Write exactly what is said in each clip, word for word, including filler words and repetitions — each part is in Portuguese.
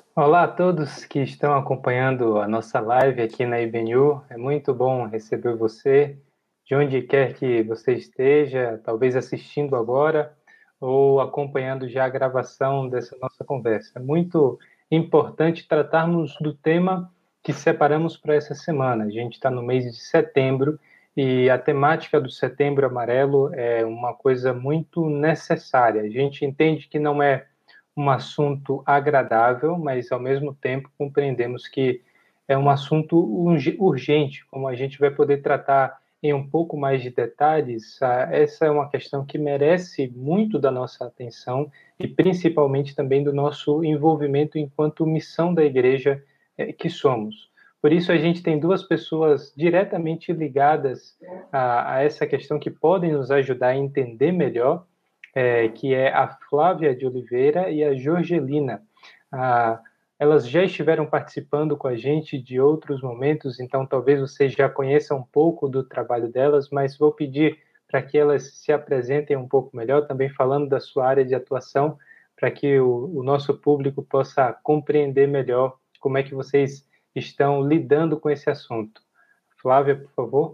Olá a todos que estão acompanhando a nossa live aqui na I B N U. É muito bom receber você, de onde quer que você esteja, talvez assistindo agora ou acompanhando já a gravação dessa nossa conversa. É muito importante tratarmos do tema que separamos para essa semana. A gente está no mês de setembro e a temática do Setembro Amarelo é uma coisa muito necessária. A gente entende que não é um assunto agradável, mas ao mesmo tempo compreendemos que é um assunto urgente, como a gente vai poder tratar em um pouco mais de detalhes. Essa é uma questão que merece muito da nossa atenção e principalmente também do nosso envolvimento enquanto missão da igreja que somos. Por isso a gente tem duas pessoas diretamente ligadas a, a essa questão que podem nos ajudar a entender melhor, é, que é a Flávia de Oliveira e a Jorgelina. Ah, elas já estiveram participando com a gente de outros momentos, então talvez vocês já conheçam um pouco do trabalho delas, mas vou pedir para que elas se apresentem um pouco melhor, também falando da sua área de atuação, para que o, o nosso público possa compreender melhor como é que vocês estão lidando com esse assunto. Flávia, por favor.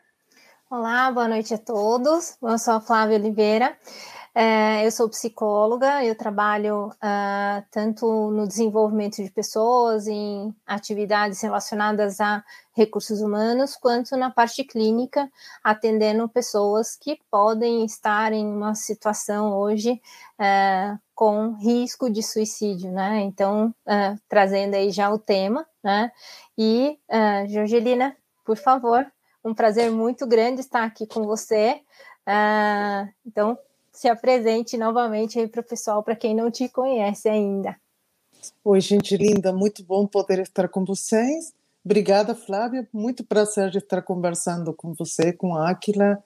Olá, boa noite a todos. Eu sou a Flávia Oliveira. É, eu sou psicóloga, eu trabalho uh, tanto no desenvolvimento de pessoas, em atividades relacionadas a recursos humanos, quanto na parte clínica, atendendo pessoas que podem estar em uma situação hoje uh, com risco de suicídio, né? Então, uh, trazendo aí já o tema, né? E, uh, Jorgelina, por favor, um prazer muito grande estar aqui com você. Uh, então, se apresente novamente aí para o pessoal, para quem não te conhece ainda. Oi, gente linda, muito bom poder estar com vocês. Obrigada, Flávia, muito prazer de estar conversando com você, com a Áquila.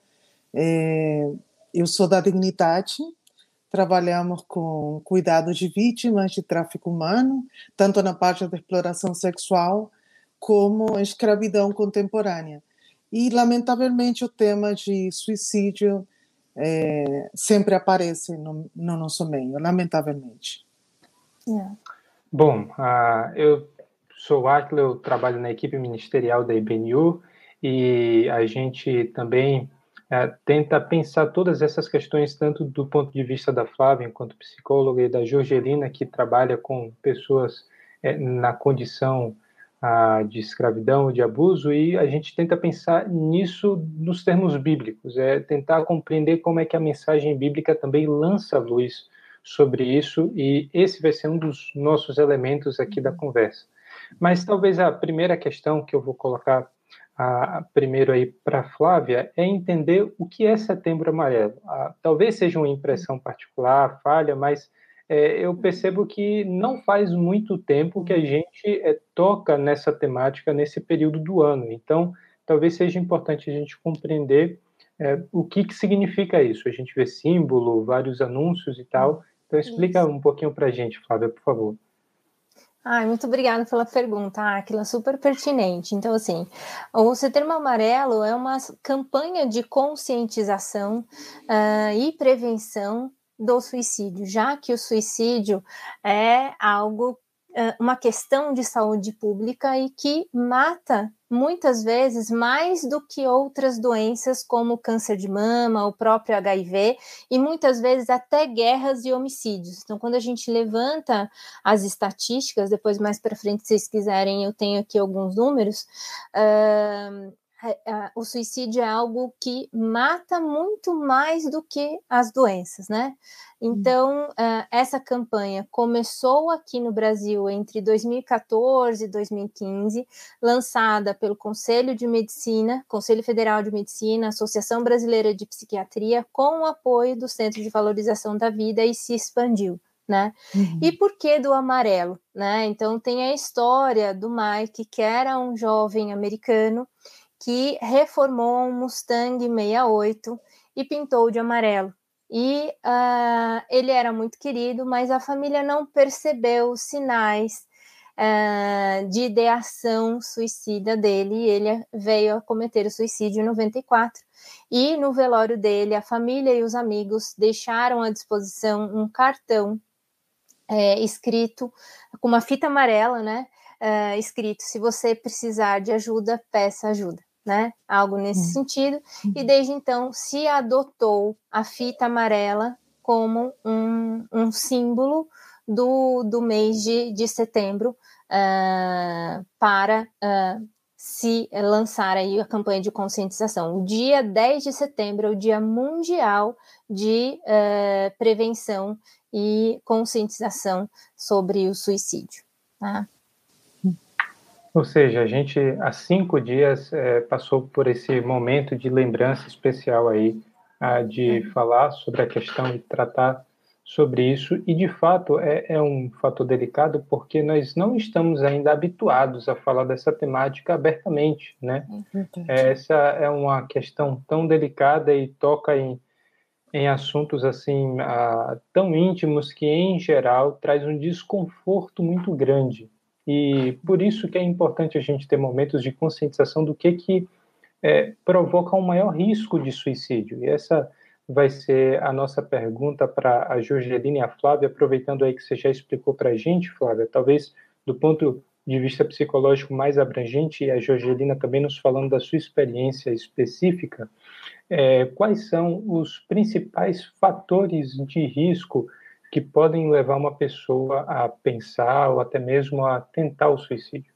É, eu sou da Dignidade, trabalhamos com cuidado de vítimas de tráfico humano, tanto na parte da exploração sexual como escravidão contemporânea. E, lamentavelmente, o tema de suicídio É, sempre aparece no, no nosso meio, lamentavelmente. Yeah. Bom, uh, eu sou Átila, eu trabalho na equipe ministerial da I B N U e a gente também uh, tenta pensar todas essas questões, tanto do ponto de vista da Flávia, enquanto psicóloga, e da Jorgelina, que trabalha com pessoas uh, na condição uh, de escravidão, de abuso, e a gente tenta pensar nisso nos termos bíblicos, é tentar compreender como é que a mensagem bíblica também lança luz sobre isso, e esse vai ser um dos nossos elementos aqui da conversa. Mas talvez a primeira questão que eu vou colocar a, a, primeiro aí para a Flávia é entender o que é Setembro Amarelo. A, talvez seja uma impressão particular, falha, mas é, eu percebo que não faz muito tempo que a gente é, toca nessa temática nesse período do ano. Então, talvez seja importante a gente compreender é, o que, que significa isso. A gente vê símbolo, vários anúncios e tal. Então, explica Isso. um pouquinho para a gente, Flávia, por favor. Ai, muito obrigada pela pergunta, Áquila, ah, super pertinente. Então, assim, o Setembro Amarelo é uma campanha de conscientização uh, e prevenção do suicídio, já que o suicídio é algo, uh, uma questão de saúde pública e que mata muitas vezes mais do que outras doenças como câncer de mama, o próprio H I V e muitas vezes até guerras e homicídios. Então, quando a gente levanta as estatísticas, depois mais para frente, se vocês quiserem, eu tenho aqui alguns números, uh, o suicídio é algo que mata muito mais do que as doenças, né? Então, uh, essa campanha começou aqui no Brasil entre dois mil e quatorze e dois mil e quinze, lançada pelo Conselho de Medicina, Conselho Federal de Medicina, Associação Brasileira de Psiquiatria, com o apoio do Centro de Valorização da Vida, e se expandiu, né? Uhum. E por que do amarelo, né? Então, tem a história do Mike, que era um jovem americano que reformou um Mustang sessenta e oito e pintou de amarelo. E uh, ele era muito querido, mas a família não percebeu os sinais uh, de ideação suicida dele, e ele veio a cometer o suicídio em noventa e quatro. E no velório dele, a família e os amigos deixaram à disposição um cartão é, escrito com uma fita amarela, né? É, escrito: se você precisar de ajuda, peça ajuda, né? Algo nesse uhum. sentido. E desde então se adotou a fita amarela como um, um símbolo do, do mês de, de setembro uh, para uh, se lançar aí a campanha de conscientização. O dia dez de setembro é o Dia Mundial de uh, Prevenção e Conscientização sobre o suicídio. Tá? Ou seja, a gente há cinco dias é, passou por esse momento de lembrança especial aí, a, de é. falar sobre a questão e tratar sobre isso, e de fato é, é um fator delicado porque nós não estamos ainda habituados a falar dessa temática abertamente, né? É, essa é uma questão tão delicada e toca em, em assuntos assim a, tão íntimos que em geral traz um desconforto muito grande. E por isso que é importante a gente ter momentos de conscientização do que, que é, provoca um maior risco de suicídio. E essa vai ser a nossa pergunta para a Jorgelina e a Flávia, aproveitando aí que você já explicou para a gente, Flávia, talvez do ponto de vista psicológico mais abrangente, e a Jorgelina também nos falando da sua experiência específica, é, quais são os principais fatores de risco que podem levar uma pessoa a pensar ou até mesmo a tentar o suicídio?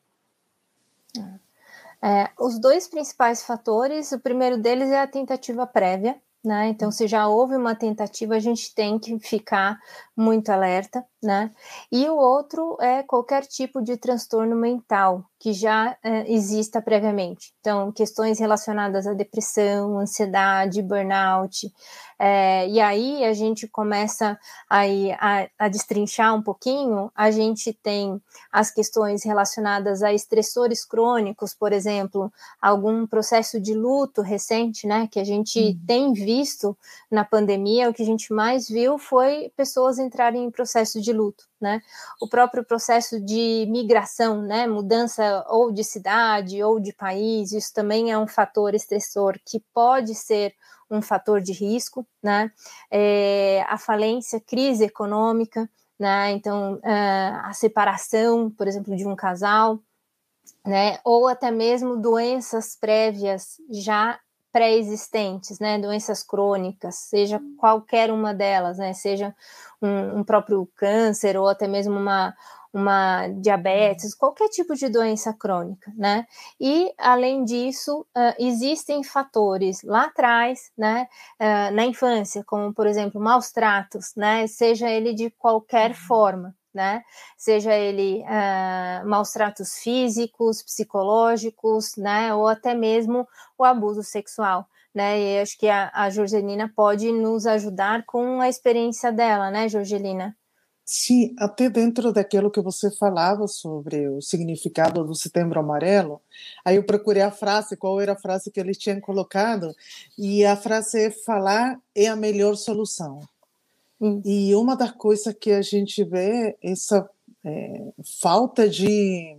É, os dois principais fatores, o primeiro deles é a tentativa prévia, né? Então, se já houve uma tentativa, a gente tem que ficar muito alerta, né? E o outro é qualquer tipo de transtorno mental que já é, exista previamente. Então, questões relacionadas à depressão, ansiedade, burnout. É, e aí a gente começa aí a, a destrinchar um pouquinho. A gente tem as questões relacionadas a estressores crônicos, por exemplo, algum processo de luto recente, né? Que a gente uhum. tem visto na pandemia. O que a gente mais viu foi pessoas entrarem em processo de luto, né? O próprio processo de migração, né? Mudança ou de cidade ou de país, isso também é um fator estressor que pode ser um fator de risco, né? É, a falência, crise econômica, né? Então, a separação, por exemplo, de um casal, né? Ou até mesmo doenças prévias já pré-existentes, né? Doenças crônicas, seja qualquer uma delas, né? Seja um, um próprio câncer ou até mesmo uma, uma diabetes, qualquer tipo de doença crônica, né? E, além disso, uh, existem fatores lá atrás, né? Uh, na infância, como, por exemplo, maus tratos, né? Seja ele de qualquer forma, né? Seja ele uh, maus tratos físicos, psicológicos, né? Ou até mesmo o abuso sexual, né? E acho que a, a Jorgelina pode nos ajudar com a experiência dela, né, Jorgelina? Sim, até dentro daquilo que você falava sobre o significado do Setembro Amarelo, aí eu procurei a frase, qual era a frase que eles tinham colocado, e a frase é: falar é a melhor solução. Hum. E uma das coisas que a gente vê é essa é, falta de,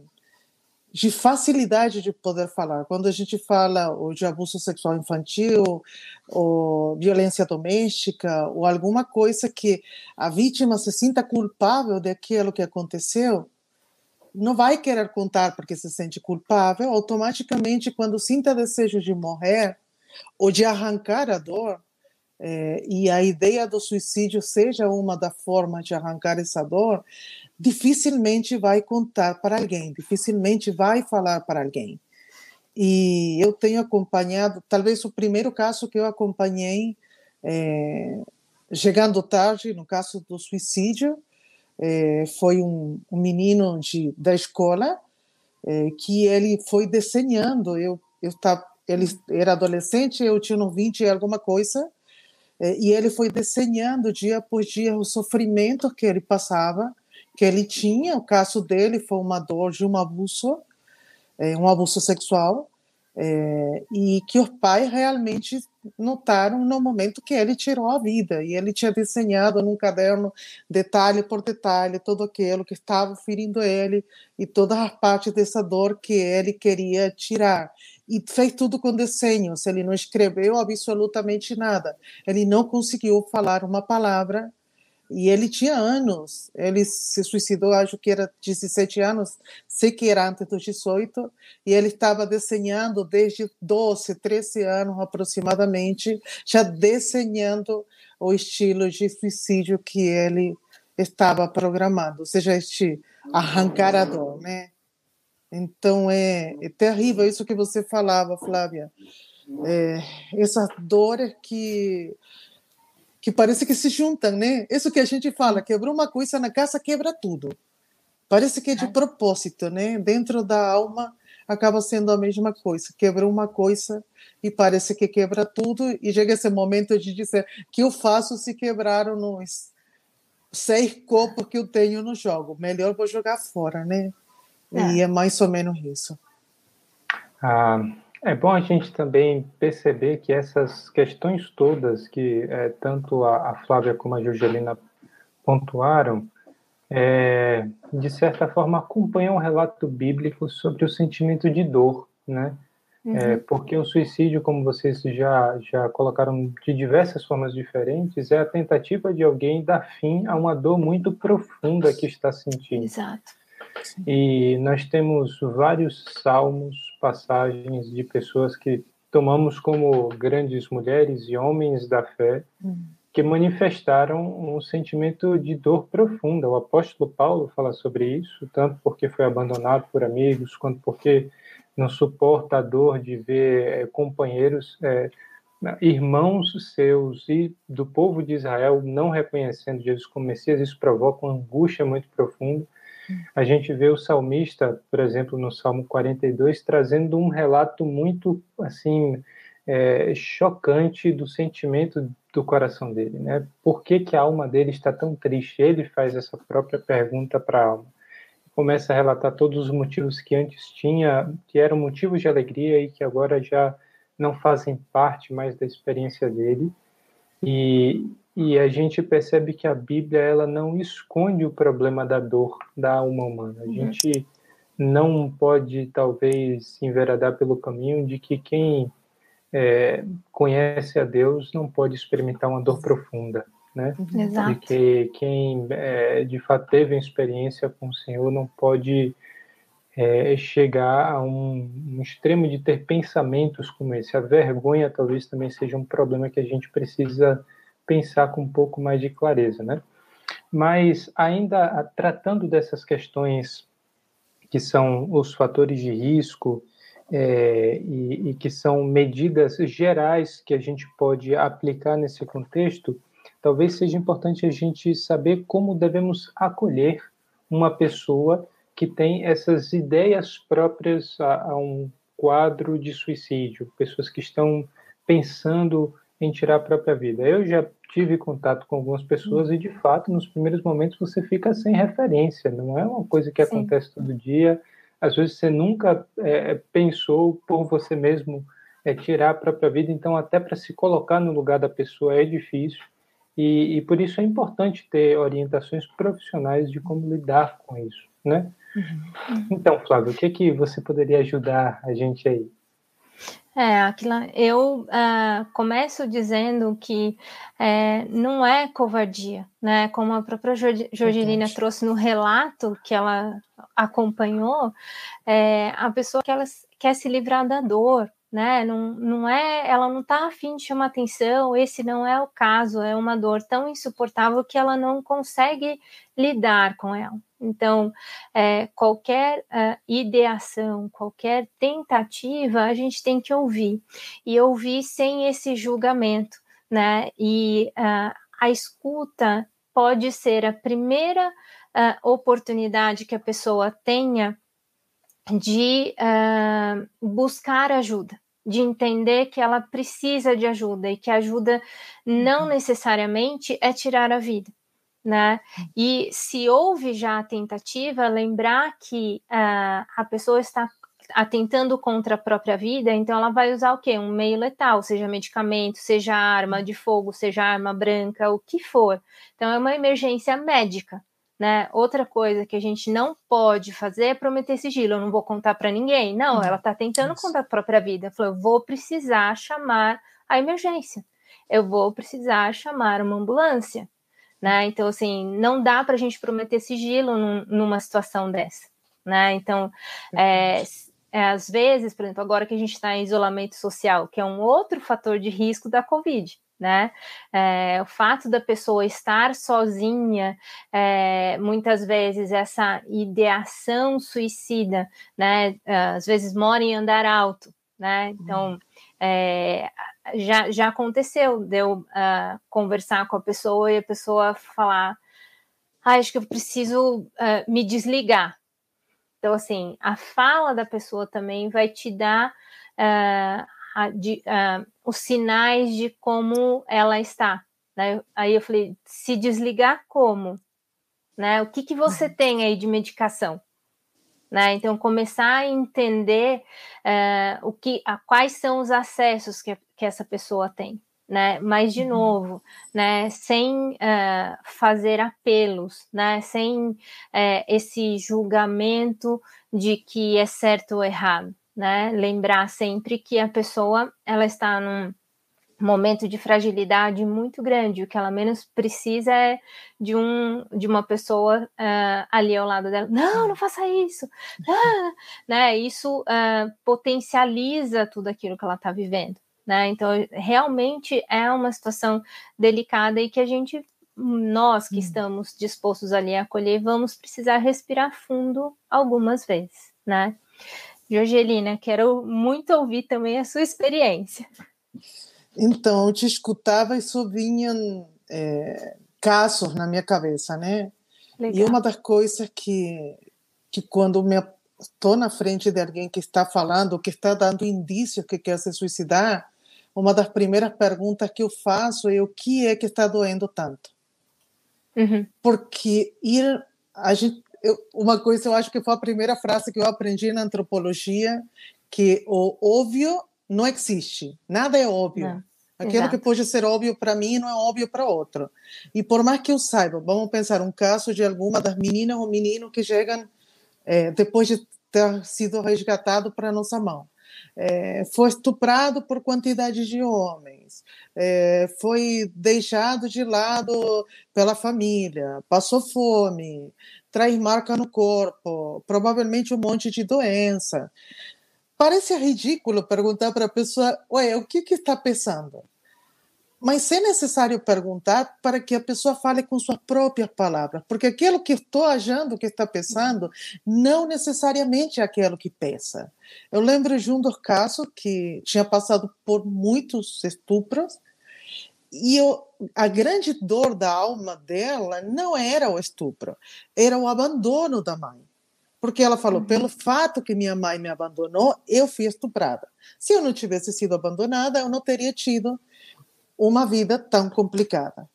de facilidade de poder falar. Quando a gente fala ou de abuso sexual infantil, ou violência doméstica, ou alguma coisa que a vítima se sinta culpável daquilo que aconteceu, não vai querer contar porque se sente culpável. Automaticamente, quando sinta desejo de morrer ou de arrancar a dor, É, e a ideia do suicídio seja uma da forma de arrancar essa dor, dificilmente vai contar para alguém, dificilmente vai falar para alguém. E eu tenho acompanhado, talvez o primeiro caso que eu acompanhei, é, chegando tarde, no caso do suicídio, é, foi um, um menino de, da escola, é, que ele foi desenhando, eu, eu tava, ele era adolescente, eu tinha uns vinte e alguma coisa, e ele foi desenhando dia por dia o sofrimento que ele passava, que ele tinha. O caso dele foi uma dor de um abuso, um abuso sexual, e que os pais realmente notaram no momento que ele tirou a vida. E ele tinha desenhado num caderno, detalhe por detalhe, tudo aquilo que estava ferindo ele e todas as partes dessa dor que ele queria tirar. E fez tudo com desenhos, ele não escreveu absolutamente nada. Ele não conseguiu falar uma palavra E ele tinha anos, ele se suicidou, acho que era dezessete anos, sei que era antes dos dezoito, e ele estava desenhando desde doze, treze anos aproximadamente, já desenhando o estilo de suicídio que ele estava programando, ou seja, este arrancar a dor, né? Então é, é terrível isso que você falava, Flávia. É, essas dores que que parece que se juntam, né? Isso que a gente fala, quebrou uma coisa na casa, quebra tudo. Parece que é de propósito, né? Dentro da alma acaba sendo a mesma coisa. Quebrou uma coisa e parece que quebra tudo, e chega esse momento de dizer que eu faço se quebraram nos seis copos que eu tenho no jogo. Melhor vou jogar fora, né? É. E é mais ou menos isso. Ah, é bom a gente também perceber que essas questões todas que é, tanto a, a Flávia como a Jorgelina pontuaram, é, de certa forma acompanham o relato bíblico sobre o sentimento de dor, né? Uhum. É, porque o suicídio, como vocês já, já colocaram de diversas formas diferentes, é a tentativa de alguém dar fim a uma dor muito profunda que está sentindo. Exato. E nós temos vários salmos, passagens de pessoas que tomamos como grandes mulheres e homens da fé, que manifestaram um sentimento de dor profunda. O apóstolo Paulo fala sobre isso, tanto porque foi abandonado por amigos, quanto porque não suporta a dor de ver é, companheiros, é, irmãos seus e do povo de Israel não reconhecendo Jesus como Messias. Isso provoca uma angústia muito profunda. A gente vê o salmista, por exemplo, no Salmo quarenta e dois, trazendo um relato muito assim é, chocante do sentimento do coração dele, né? Por que que a alma dele está tão triste? Ele faz essa própria pergunta para a alma. Começa a relatar todos os motivos que antes tinha, que eram motivos de alegria e que agora já não fazem parte mais da experiência dele. E E a gente percebe que a Bíblia ela não esconde o problema da dor da alma humana. A gente não pode, talvez, se enveredar pelo caminho de que quem é, conhece a Deus não pode experimentar uma dor profunda, né? Exato. De que quem, é, de fato, teve uma experiência com o Senhor não pode é, chegar a um, um extremo de ter pensamentos como esse. A vergonha talvez também seja um problema que a gente precisa pensar com um pouco mais de clareza, né? Mas ainda tratando dessas questões que são os fatores de risco é, e, e que são medidas gerais que a gente pode aplicar nesse contexto, talvez seja importante a gente saber como devemos acolher uma pessoa que tem essas ideias próprias a, a um quadro de suicídio, pessoas que estão pensando em tirar a própria vida. Eu já tive contato com algumas pessoas e, de fato, nos primeiros momentos você fica sem referência, não é uma coisa que Sim. acontece todo dia. Às vezes você nunca é, pensou por você mesmo é, tirar a própria vida, então até para se colocar no lugar da pessoa é difícil, e, e por isso é importante ter orientações profissionais de como lidar com isso, né? Uhum. Então, Flávio, o que, que você poderia ajudar a gente aí? É, Aquila, eu uh, começo dizendo que é, não é covardia, né? Como a própria Jorgelina trouxe no relato que ela acompanhou, é, a pessoa que ela quer se livrar da dor, né? Não, não é, ela não está a fim de chamar atenção, esse não é o caso, é uma dor tão insuportável que ela não consegue lidar com ela. Então, é, qualquer uh, ideação, qualquer tentativa, a gente tem que ouvir, e ouvir sem esse julgamento, né? E uh, a escuta pode ser a primeira uh, oportunidade que a pessoa tenha de uh, buscar ajuda, de entender que ela precisa de ajuda, e que a ajuda não necessariamente é tirar a vida, né? E se houve já a tentativa, lembrar que uh, a pessoa está atentando contra a própria vida, então ela vai usar o quê? Um meio letal, seja medicamento, seja arma de fogo, seja arma branca, o que for. Então é uma emergência médica, né? Outra coisa que a gente não pode fazer é prometer sigilo. Eu não vou contar para ninguém. Não, ela está tentando Isso. contra a própria vida. Falou, eu vou precisar chamar a emergência. Eu vou precisar chamar uma ambulância, né? Então, assim, não dá para a gente prometer sigilo num, numa situação dessa, né? Então, é, é, às vezes, por exemplo, agora que a gente está em isolamento social, que é um outro fator de risco da Covid, né? É, o fato da pessoa estar sozinha, é, muitas vezes essa ideação suicida, né? Às vezes mora em andar alto, né? Então, é, já, já aconteceu de eu uh, conversar com a pessoa e a pessoa falar, ah, acho que eu preciso uh, me desligar. Então, assim, a fala da pessoa também vai te dar uh, a, de, uh, os sinais de como ela está, né? Aí eu falei, se desligar como? Né? O que, que você tem aí de medicação? Né? Então, começar a entender uh, o que, a, quais são os acessos que, que essa pessoa tem. Né? Mas, de novo, né? Sem uh, fazer apelos, né? Sem uh, esse julgamento de que é certo ou errado. Né? Lembrar sempre que a pessoa ela está num momento de fragilidade muito grande, o que ela menos precisa é de, um, de uma pessoa uh, ali ao lado dela, não, não faça isso, ah! Né? Isso uh, potencializa tudo aquilo que ela está vivendo, né? Então, realmente é uma situação delicada e que a gente, nós que estamos dispostos ali a acolher, vamos precisar respirar fundo algumas vezes, né? Jorgelina, quero muito ouvir também a sua experiência. Então, eu te escutava e só vinham é, casos na minha cabeça, né? Legal. E uma das coisas que, que quando me estou na frente de alguém que está falando, que está dando indícios que quer se suicidar, uma das primeiras perguntas que eu faço é o que é que está doendo tanto? Uhum. Porque ir, a gente, eu, uma coisa eu acho que foi a primeira frase que eu aprendi na antropologia, que o óbvio não existe, nada é óbvio. Não. Aquilo Exato. Que pode ser óbvio para mim não é óbvio para outro. E por mais que eu saiba, vamos pensar um caso de alguma das meninas ou meninos que chegam é, depois de ter sido resgatado para a nossa mão. É, foi estuprado por quantidade de homens, é, foi deixado de lado pela família, passou fome, traz marca no corpo, provavelmente um monte de doença. Parece ridículo perguntar para a pessoa, ué, o que que está pensando? Mas é necessário perguntar para que a pessoa fale com suas próprias palavras, porque aquilo que estou achando que está pensando não necessariamente é aquilo que pensa. Eu lembro de um dos casos que tinha passado por muitos estupros e eu, a grande dor da alma dela não era o estupro, era o abandono da mãe. Porque ela falou, uhum. pelo fato que minha mãe me abandonou, eu fui estuprada. Se eu não tivesse sido abandonada, eu não teria tido uma vida tão complicada.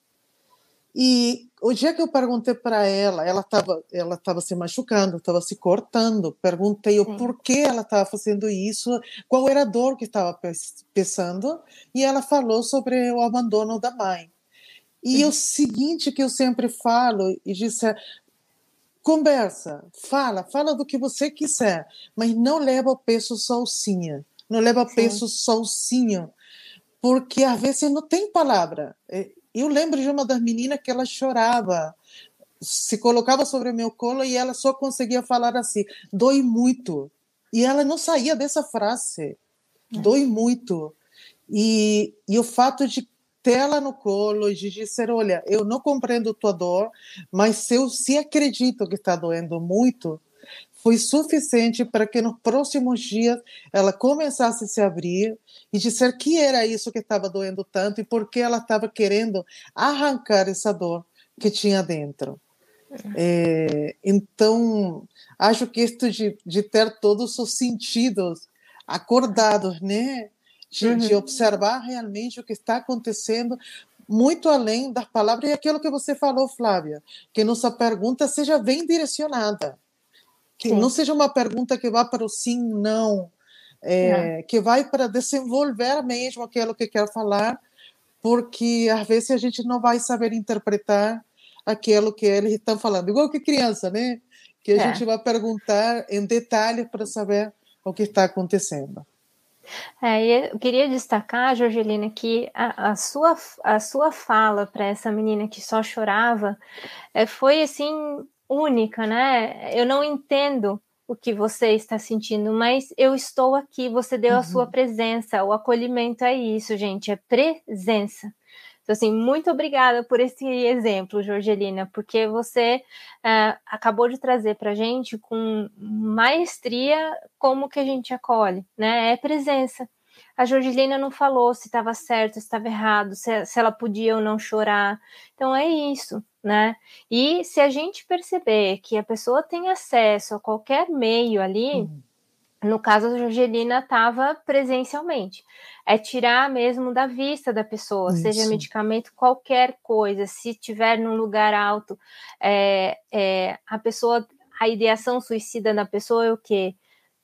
E o dia que eu perguntei para ela, ela estava ela estava se machucando, estava se cortando, perguntei o porquê ela estava fazendo isso, qual era a dor que estava pensando, e ela falou sobre o abandono da mãe. E uhum. o seguinte que eu sempre falo, e disse, conversa, fala, fala do que você quiser, mas não leva o peso sozinha, não leva o peso sozinho, porque às vezes não tem palavra. Eu lembro de uma das meninas que ela chorava, se colocava sobre o meu colo e ela só conseguia falar assim, dói muito. E ela não saía dessa frase, é. dói muito. E, e o fato de ter ela no colo e de dizer, olha, eu não compreendo tua dor, mas eu se acredito que está doendo muito, foi suficiente para que nos próximos dias ela começasse a se abrir e dizer que era isso que estava doendo tanto e por que ela estava querendo arrancar essa dor que tinha dentro. É, então, acho que isto de, de ter todos os sentidos acordados, né? De, uhum. de observar realmente o que está acontecendo, muito além das palavras, e aquilo que você falou, Flávia, que nossa pergunta seja bem direcionada, que sim. não seja uma pergunta que vá para o sim, não, é, que vai para desenvolver mesmo aquilo que quer falar, porque às vezes a gente não vai saber interpretar aquilo que eles estão falando, igual que criança, né? Que a é. gente vai perguntar em detalhes para saber o que está acontecendo. É, eu queria destacar, Jorgelina, que a, a, sua, a sua fala para essa menina que só chorava é, foi, assim, única, né? Eu não entendo o que você está sentindo, mas eu estou aqui, você deu a sua Uhum. presença, o acolhimento é isso, gente, é presença. Então, assim, muito obrigada por esse exemplo, Jorgelina, porque você uh, acabou de trazer para a gente com maestria como que a gente acolhe, né? É presença. A Jorgelina não falou se estava certo, se estava errado, se, se ela podia ou não chorar. Então, é isso, né? E se a gente perceber que a pessoa tem acesso a qualquer meio ali, Uhum. no caso, a Jorgelina estava presencialmente. É tirar mesmo da vista da pessoa, Isso. seja medicamento, qualquer coisa. Se tiver num lugar alto, é, é, a pessoa, a ideação suicida da pessoa é o quê?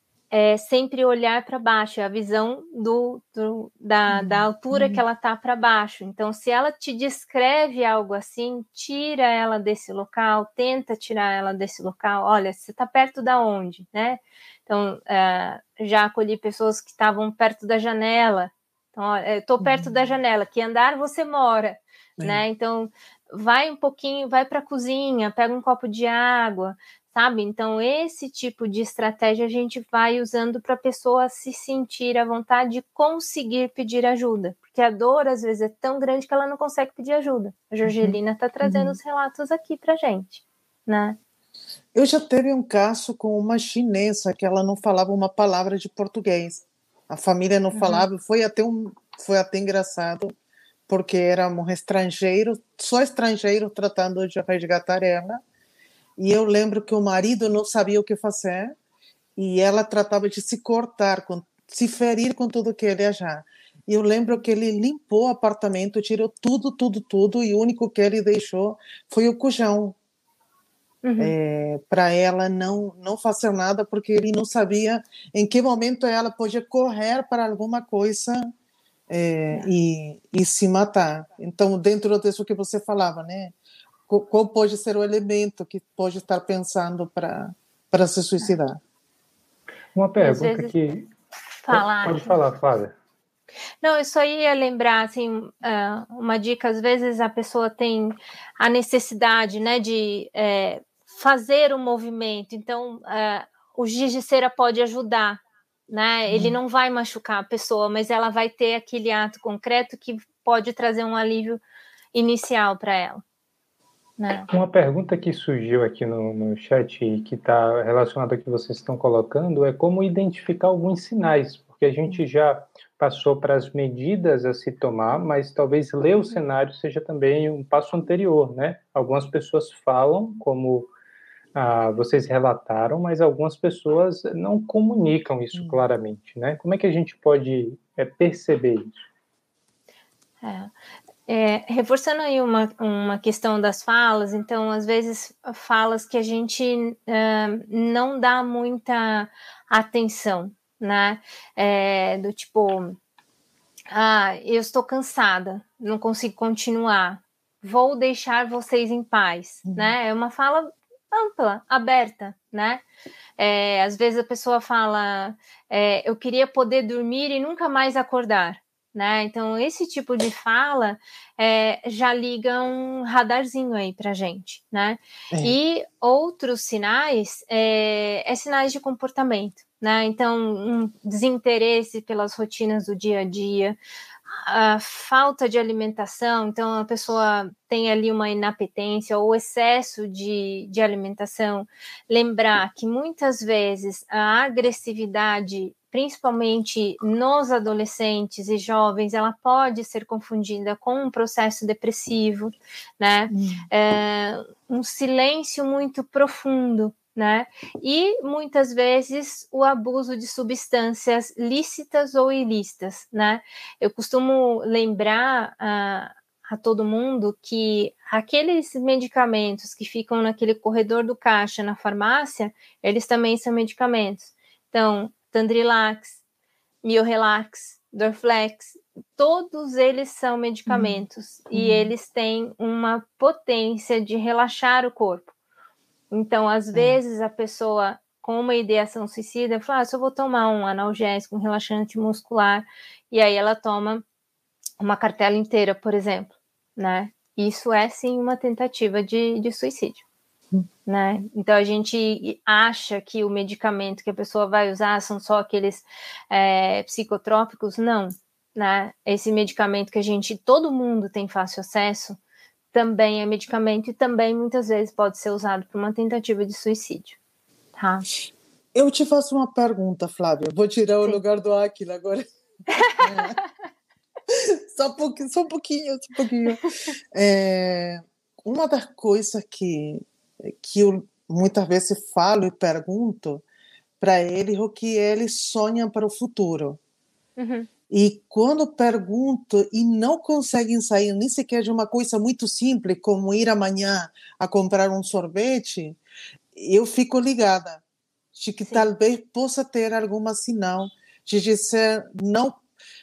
É sempre olhar para baixo, é a visão do, do, da, da altura Uhum. que ela está para baixo. Então, se ela te descreve algo assim, tira ela desse local, tenta tirar ela desse local. Olha, você está perto da onde, né? Então, uh, já acolhi pessoas que estavam perto da janela. Então, estou perto Uhum. da janela. Que andar você mora, É. né? Então, vai um pouquinho, vai para a cozinha, pega um copo de água, sabe? Então, esse tipo de estratégia a gente vai usando para a pessoa se sentir à vontade de conseguir pedir ajuda. Porque a dor, às vezes, é tão grande que ela não consegue pedir ajuda. A Jorgelina está trazendo Uhum. os relatos aqui para gente, né? Eu já teve um caso com uma chinesa que ela não falava uma palavra de português. A família não falava, Uhum. foi até um, foi até engraçado, porque éramos estrangeiros, só estrangeiros tratando de resgatar ela. E eu lembro que o marido não sabia o que fazer e ela tratava de se cortar, com, se ferir com tudo que ele achava. E eu lembro que ele limpou o apartamento, tirou tudo, tudo, tudo, e o único que ele deixou foi o colchão. Uhum. É, para ela não não fazer nada, porque ele não sabia em que momento ela podia correr para alguma coisa é, e, e se matar. Então, dentro disso que você falava, né? Qual pode ser o elemento que pode estar pensando para para se suicidar? Uma E às pergunta vezes que... falar. Pode falar, Flávia. Não, eu só ia lembrar, assim, uma dica, às vezes a pessoa tem a necessidade, né, de é, fazer o movimento, então é, o giz de cera pode ajudar, né, ele não vai machucar a pessoa, mas ela vai ter aquele ato concreto que pode trazer um alívio inicial para ela. Né? Uma pergunta que surgiu aqui no, no chat e que está relacionada ao que vocês estão colocando é como identificar alguns sinais, porque a gente já passou para as medidas a se tomar, mas talvez ler o cenário seja também um passo anterior, né? Algumas pessoas falam, como ah, vocês relataram, mas algumas pessoas não comunicam isso claramente, né? Como é que a gente pode é, perceber isso? É. É, reforçando aí uma, uma questão das falas, então, às vezes, falas que a gente uh, não dá muita atenção, né? É, do tipo, ah, eu estou cansada, não consigo continuar, vou deixar vocês em paz, Uhum. né? É uma fala ampla, aberta, né? É, às vezes a pessoa fala, é, eu queria poder dormir e nunca mais acordar. Né? Então, esse tipo de fala é, já liga um radarzinho aí para a gente. Né? É. E outros sinais é, é sinais de comportamento. Né? Então, um desinteresse pelas rotinas do dia a dia, a falta de alimentação, então a pessoa tem ali uma inapetência ou excesso de, de alimentação. Lembrar que muitas vezes a agressividade, principalmente nos adolescentes e jovens, ela pode ser confundida com um processo depressivo, né? Hum. É, um silêncio muito profundo, né? E muitas vezes o abuso de substâncias lícitas ou ilícitas, né? Eu costumo lembrar a, a todo mundo que aqueles medicamentos que ficam naquele corredor do caixa na farmácia, eles também são medicamentos. Então, Tandrilax, Miorelax, Dorflex, todos eles são medicamentos uhum. e eles têm uma potência de relaxar o corpo. Então, às vezes, a pessoa com uma ideação suicida, fala, ah, só vou tomar um analgésico, um relaxante muscular, e aí ela toma uma cartela inteira, por exemplo, né? Isso é, sim, uma tentativa de, de suicídio. Né? Então a gente acha que o medicamento que a pessoa vai usar são só aqueles é, psicotrópicos, não, né? Esse medicamento que a gente, todo mundo tem fácil acesso, também é medicamento e também muitas vezes pode ser usado para uma tentativa de suicídio, tá? Eu te faço uma pergunta, Flávia, vou tirar o Sim. lugar do Áquila agora. só, um pouquinho, só um pouquinho, só um pouquinho. É, uma das coisas que que eu muitas vezes falo e pergunto para eles o que eles sonham para o futuro. Uhum. E quando pergunto e não conseguem sair nem sequer de uma coisa muito simples, como ir amanhã a comprar um sorvete, eu fico ligada de que Sim. talvez possa ter alguma sinal de dizer não,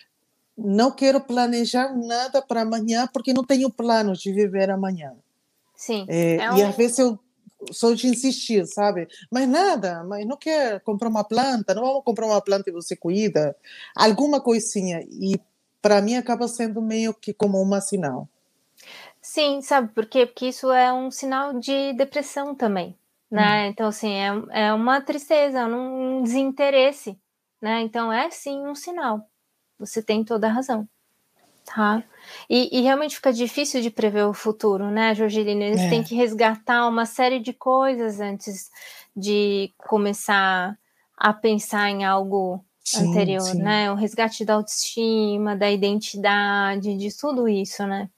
não quero planejar nada para amanhã porque não tenho plano de viver amanhã. Sim. É, é um... E às vezes eu sou de insistir, sabe? Mas nada, mas não quer comprar uma planta, não vamos comprar uma planta e você cuida. Alguma coisinha. E para mim acaba sendo meio que como um sinal. Sim, sabe por quê? Porque isso é um sinal de depressão também, né? Hum. Então, assim, é, é uma tristeza, um desinteresse, né? Então, é sim um sinal. Você tem toda a razão. Tá? E, e realmente fica difícil de prever o futuro, né, Jorgelina? Eles é. têm que resgatar uma série de coisas antes de começar a pensar em algo sim, anterior, sim. né? O resgate da autoestima, da identidade, de tudo isso, né?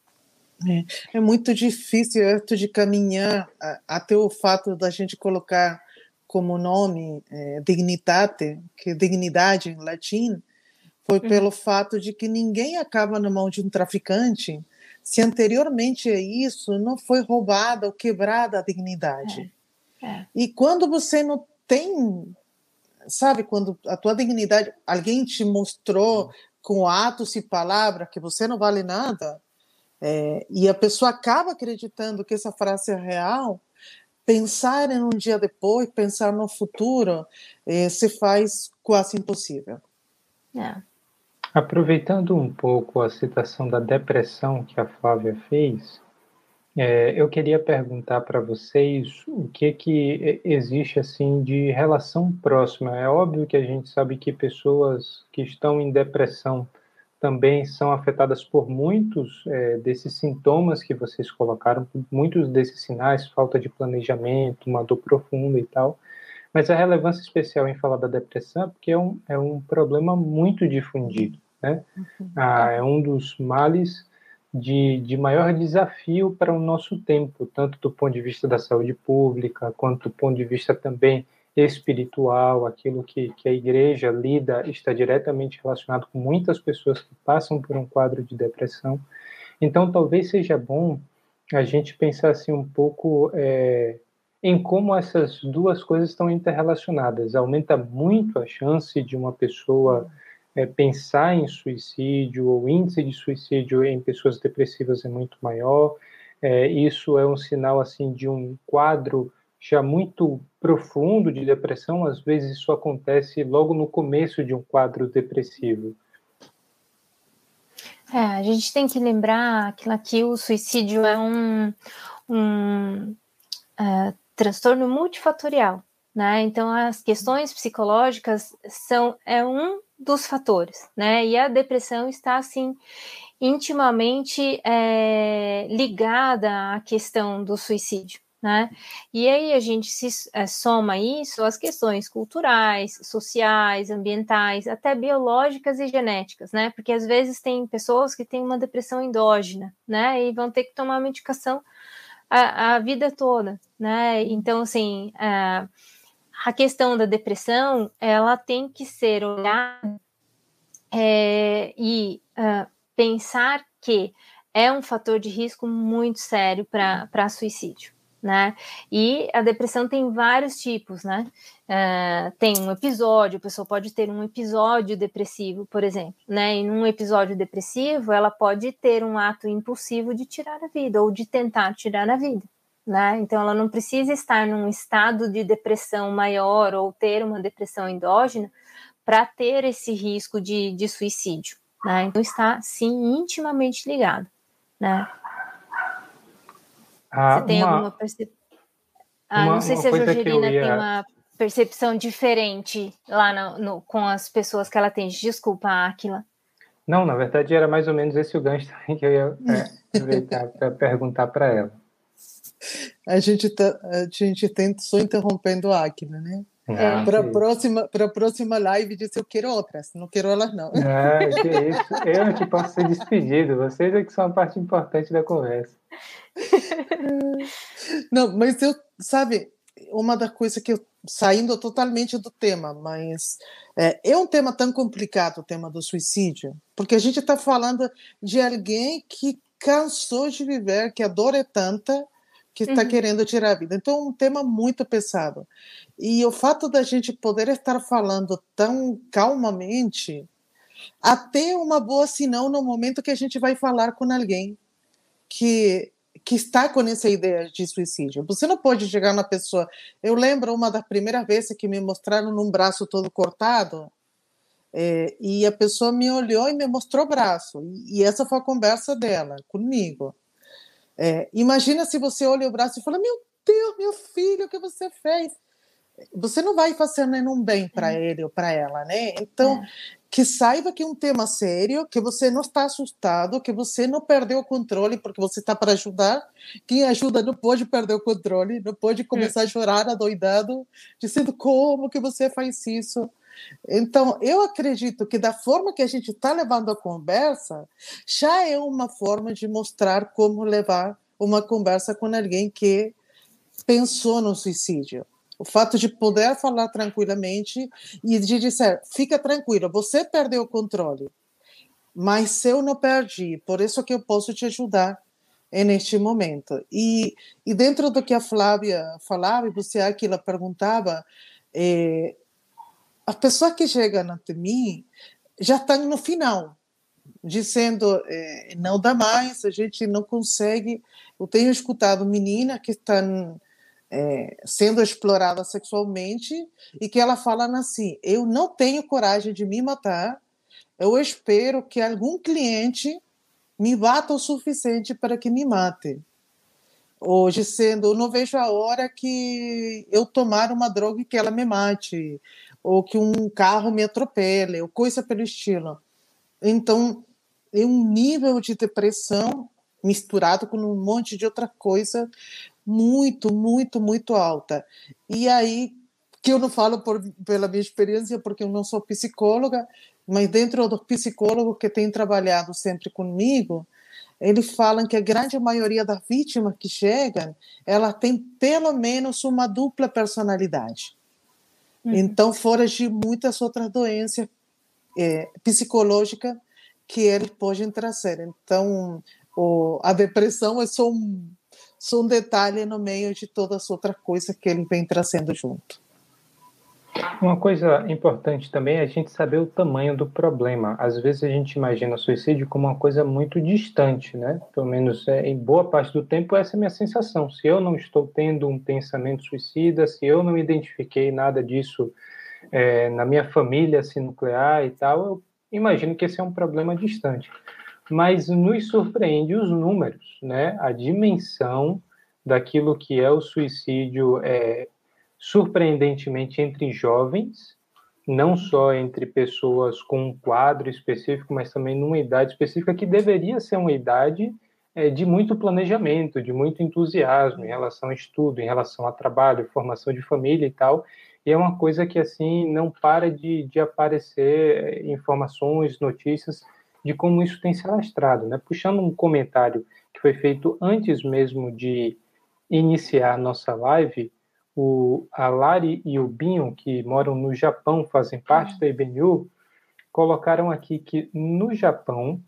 É, é muito difícil de caminhar até o fato da gente colocar como nome é, dignitate, que é dignidade em latim, foi pelo uhum. fato de que ninguém acaba na mão de um traficante se anteriormente a isso não foi roubada ou quebrada a dignidade. É. É. E quando você não tem, sabe, quando a tua dignidade, alguém te mostrou com atos e palavras que você não vale nada, é, e a pessoa acaba acreditando que essa frase é real, pensar em um dia depois, pensar no futuro, é, se faz quase impossível. É. Aproveitando um pouco a citação da depressão que a Flávia fez, é, eu queria perguntar para vocês o que que existe assim de relação próxima. É óbvio que a gente sabe que pessoas que estão em depressão também são afetadas por muitos é, desses sintomas que vocês colocaram, muitos desses sinais, falta de planejamento, uma dor profunda e tal. Mas a relevância especial em falar da depressão é porque é um, é um problema muito difundido, né? Ah, é um dos males de, de maior desafio para o nosso tempo, tanto do ponto de vista da saúde pública, quanto do ponto de vista também espiritual, aquilo que, que a igreja lida está diretamente relacionado com muitas pessoas que passam por um quadro de depressão. Então, talvez seja bom a gente pensar assim um pouco... É, em como essas duas coisas estão interrelacionadas. Aumenta muito a chance de uma pessoa é, pensar em suicídio, ou o índice de suicídio em pessoas depressivas é muito maior. É, isso é um sinal assim de um quadro já muito profundo de depressão. Às vezes isso acontece logo no começo de um quadro depressivo. É, a gente tem que lembrar que aqui o suicídio é um... um uh, transtorno multifatorial, né? Então as questões psicológicas são é um dos fatores, né? E a depressão está assim intimamente é, ligada à questão do suicídio, né? E aí a gente se é, soma isso às questões culturais, sociais, ambientais, até biológicas e genéticas, né? Porque às vezes tem pessoas que têm uma depressão endógena, né? E vão ter que tomar medicação A, a vida toda, né? Então, assim, a, a questão da depressão, ela tem que ser olhada é, e uh, pensar que é um fator de risco muito sério para suicídio, né? E a depressão tem vários tipos, né? Uh, tem um episódio, a pessoa pode ter um episódio depressivo, por exemplo, né? E num episódio depressivo, ela pode ter um ato impulsivo de tirar a vida ou de tentar tirar a vida, né? Então, ela não precisa estar num estado de depressão maior ou ter uma depressão endógena para ter esse risco de, de suicídio, né? Então, está, sim, intimamente ligado, né? Ah, Você tem uma, alguma percepção? Ah, uma, não sei uma se a coisa que eu Jorgelina tem ia... uma percepção diferente lá no, no, com as pessoas que ela atende. Desculpa, Áquila. Não, na verdade, era mais ou menos esse o gancho também que eu ia é, aproveitar para perguntar para ela. A gente, tá, a gente tem só interrompendo a Áquila, né? Não, Para que a isso. próxima, para a próxima live, disse eu quero outras, não quero elas não. Não, que isso. Eu é que posso ser despedido, vocês é que são a parte importante da conversa. Não, mas eu, sabe, uma das coisas que eu, saindo totalmente do tema, mas é, é um tema tão complicado, o tema do suicídio, porque a gente está falando de alguém que cansou de viver, que a dor é tanta, que está Uhum. querendo tirar a vida. Então, é um tema muito pesado. E o fato da gente poder estar falando tão calmamente, até uma boa sinal no momento que a gente vai falar com alguém que, que está com essa ideia de suicídio. Você não pode chegar na pessoa... Eu lembro uma das primeiras vezes que me mostraram um braço todo cortado, é, e a pessoa me olhou e me mostrou o braço. E essa foi a conversa dela comigo. É, imagina se você olha o braço e fala, meu Deus, meu filho, o que você fez? Você não vai fazer nenhum bem para É. ele ou para ela, né? Então, É. que saiba que é um tema sério, que você não está assustado, que você não perdeu o controle, porque você está para ajudar. Quem ajuda não pode perder o controle, não pode começar Hum. a chorar adoidado, dizendo como que você faz isso. Então, eu acredito que da forma que a gente está levando a conversa, já é uma forma de mostrar como levar uma conversa com alguém que pensou no suicídio. O fato de poder falar tranquilamente e de dizer, fica tranquilo, você perdeu o controle, mas eu não perdi, por isso que eu posso te ajudar neste momento. E, e dentro do que a Flávia falava, e você aqui ela perguntava, é, as pessoas que chegam até mim já estão no final, dizendo, é, não dá mais, a gente não consegue. Eu tenho escutado meninas que estão é, sendo explorada sexualmente e que ela fala assim, eu não tenho coragem de me matar, eu espero que algum cliente me bata o suficiente para que me mate. Ou dizendo, eu não vejo a hora que eu tomar uma droga e que ela me mate, ou que um carro me atropele, ou coisa pelo estilo. Então, é um nível de depressão misturado com um monte de outra coisa muito, muito, muito alta. E aí, que eu não falo por, pela minha experiência, porque eu não sou psicóloga, mas dentro dos psicólogos que têm trabalhado sempre comigo, eles falam que a grande maioria das vítimas que chegam, ela tem pelo menos uma dupla personalidade. Uhum. Então, fora de muitas outras doenças é, psicológicas que eles podem trazer. Então, o, a depressão é só um, só um detalhe no meio de todas as outras coisas que ele vem trazendo junto. Uma coisa importante também é a gente saber o tamanho do problema. Às vezes a gente imagina o suicídio como uma coisa muito distante, né? Pelo menos é, em boa parte do tempo essa é a minha sensação. Se eu não estou tendo um pensamento suicida, se eu não identifiquei nada disso é, na minha família assim, nuclear e tal, eu imagino que esse é um problema distante. Mas nos surpreende os números, né? A dimensão daquilo que é o suicídio é, surpreendentemente entre jovens, não só entre pessoas com um quadro específico, mas também numa idade específica que deveria ser uma idade é, de muito planejamento, de muito entusiasmo em relação a estudo, em relação a trabalho, formação de família e tal. E é uma coisa que assim não para de, de aparecer informações, notícias de como isso tem se alastrado, né? Puxando um comentário que foi feito antes mesmo de iniciar a nossa live, o, a Lari e o Binho, que moram no Japão, fazem parte da I B N U, colocaram aqui que no Japão,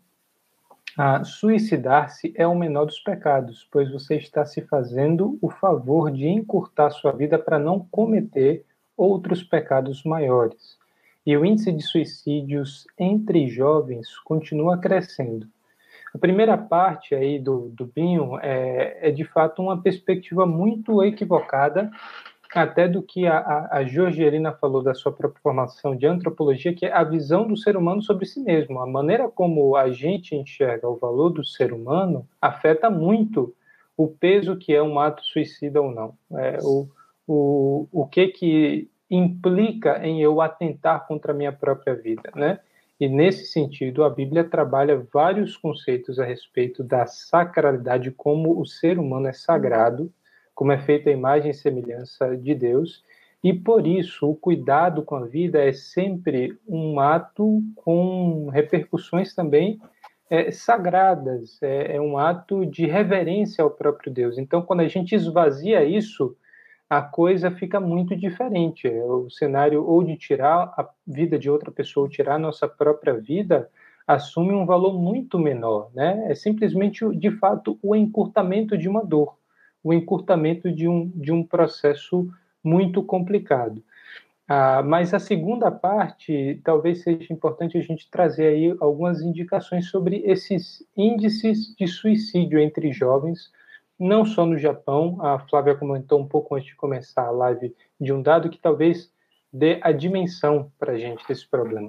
a suicidar-se é o menor dos pecados, pois você está se fazendo o favor de encurtar sua vida para não cometer outros pecados maiores. E o índice de suicídios entre jovens continua crescendo. A primeira parte aí do, do Binho é, é, de fato, uma perspectiva muito equivocada, até do que a, a, a Georgelina falou da sua própria formação de antropologia, que é a visão do ser humano sobre si mesmo. A maneira como a gente enxerga o valor do ser humano afeta muito o peso que é um ato suicida ou não. É, o, o, o que que implica em eu atentar contra a minha própria vida, né? E, nesse sentido, a Bíblia trabalha vários conceitos a respeito da sacralidade, como o ser humano é sagrado, como é feita a imagem e semelhança de Deus, e, por isso, o cuidado com a vida é sempre um ato com repercussões também é, sagradas, é, é um ato de reverência ao próprio Deus. Então, quando a gente esvazia isso, a coisa fica muito diferente. O cenário ou de tirar a vida de outra pessoa, ou tirar a nossa própria vida, assume um valor muito menor, né? É simplesmente, de fato, o encurtamento de uma dor, o encurtamento de um, de um processo muito complicado. Ah, mas a segunda parte, talvez seja importante a gente trazer aí algumas indicações sobre esses índices de suicídio entre jovens, não só no Japão. A Flávia comentou um pouco antes de começar a live de um dado que talvez dê a dimensão para a gente desse problema.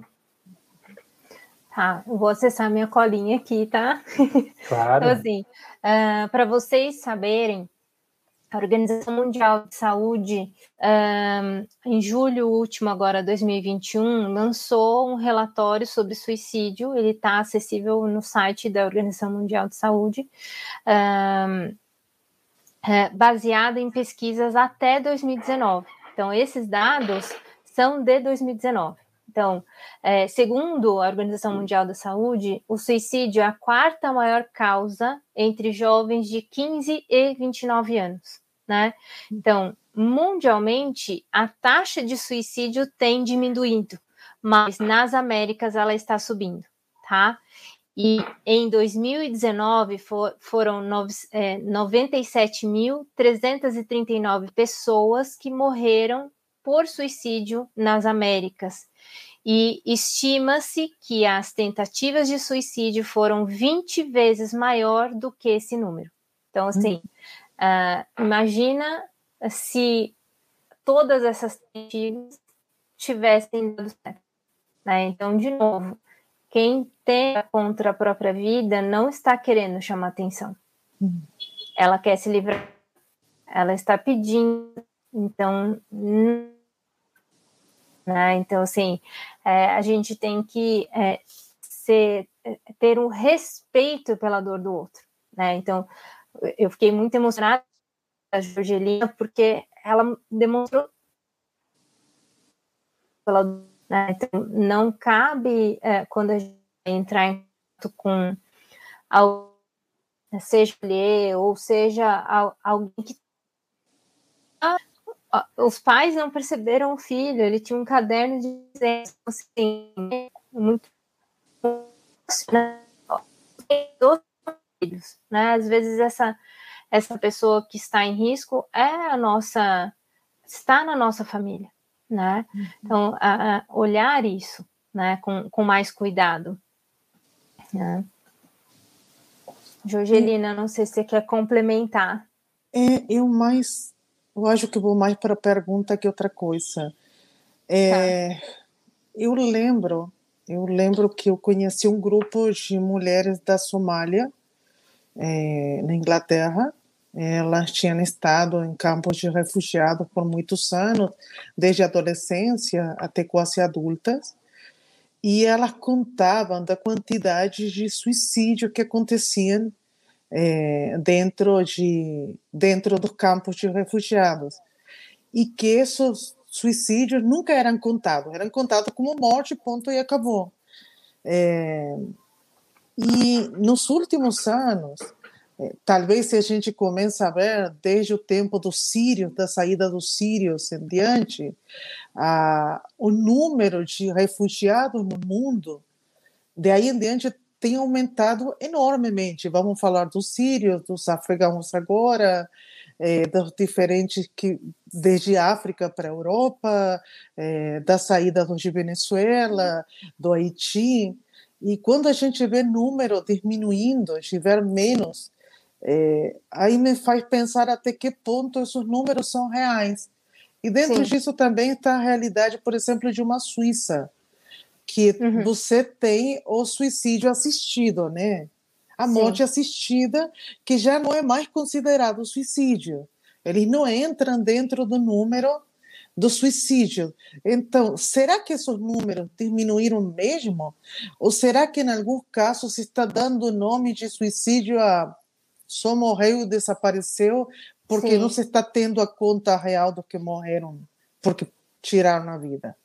Tá, eu vou acessar minha colinha aqui, tá? Claro. Então, assim, uh, para vocês saberem, a Organização Mundial de Saúde, um, em julho último, agora, dois mil e vinte e um, lançou um relatório sobre suicídio. Ele está acessível no site da Organização Mundial de Saúde, um, é, baseado em pesquisas até dois mil e dezenove. Então, esses dados são de dois mil e dezenove. Então, é, segundo a Organização Mundial da Saúde, o suicídio é a quarta maior causa entre jovens de quinze e vinte e nove anos. Né? Então, mundialmente, a taxa de suicídio tem diminuído, mas nas Américas ela está subindo, tá? E em dois mil e dezenove for, foram nove, é, noventa e sete mil trezentas e trinta e nove pessoas que morreram por suicídio nas Américas. E estima-se que as tentativas de suicídio foram vinte vezes maior do que esse número. Então, assim, Uh, imagina se todas essas tentativas tivessem dado certo, né? Então, de novo, quem tenta contra a própria vida não está querendo chamar atenção. Uhum. Ela quer se livrar. Ela está pedindo. Então, né? Então assim, é, a gente tem que é, ser, ter um respeito pela dor do outro, né? Então, eu fiquei muito emocionada com a Georgelina, porque ela demonstrou pela, né? Então, não cabe, é, quando a gente entrar em contato com alguém, seja mulher ou seja alguém que ah, os pais não perceberam o filho, ele tinha um caderno de desenhos, assim, muito, né? Dos filhos, né? Às vezes essa essa pessoa que está em risco é a nossa, está na nossa família, né? Uhum. Então, a, a olhar isso, né, com, com mais cuidado, né? Georgelina, é, não sei se você quer complementar. É, eu mais, eu acho que vou mais para a pergunta que outra coisa. É, tá. Eu lembro, eu lembro que eu conheci um grupo de mulheres da Somália, é, na Inglaterra. Elas tinham estado em campos de refugiados por muitos anos, desde a adolescência até quase adultas, e elas contavam da quantidade de suicídio que aconteciam é, dentro, de, dentro dos campos de refugiados, e que esses suicídios nunca eram contados, eram contados como morte, ponto, e acabou. É, e nos últimos anos, talvez se a gente começa a ver desde o tempo dos sírios, da saída dos sírios em diante, a, o número de refugiados no mundo, de aí em diante, tem aumentado enormemente. Vamos falar dos sírios, dos afegãos agora, é, dos diferentes, que, desde a África para a Europa, é, da saída dos de Venezuela, do Haiti. E quando a gente vê número diminuindo, tiver menos, é, aí me faz pensar até que ponto esses números são reais. E dentro Sim. disso também está a realidade, por exemplo, de uma Suíça, que Uhum. você tem o suicídio assistido, né? A morte Sim. assistida, que já não é mais considerado suicídio. Eles não entram dentro do número do suicídio. Então, será que esses números diminuíram mesmo? Ou será que, em alguns casos, se está dando o nome de suicídio a só morreu e desapareceu, porque não Sim. se está tendo a conta real do que morreram, porque tiraram a vida?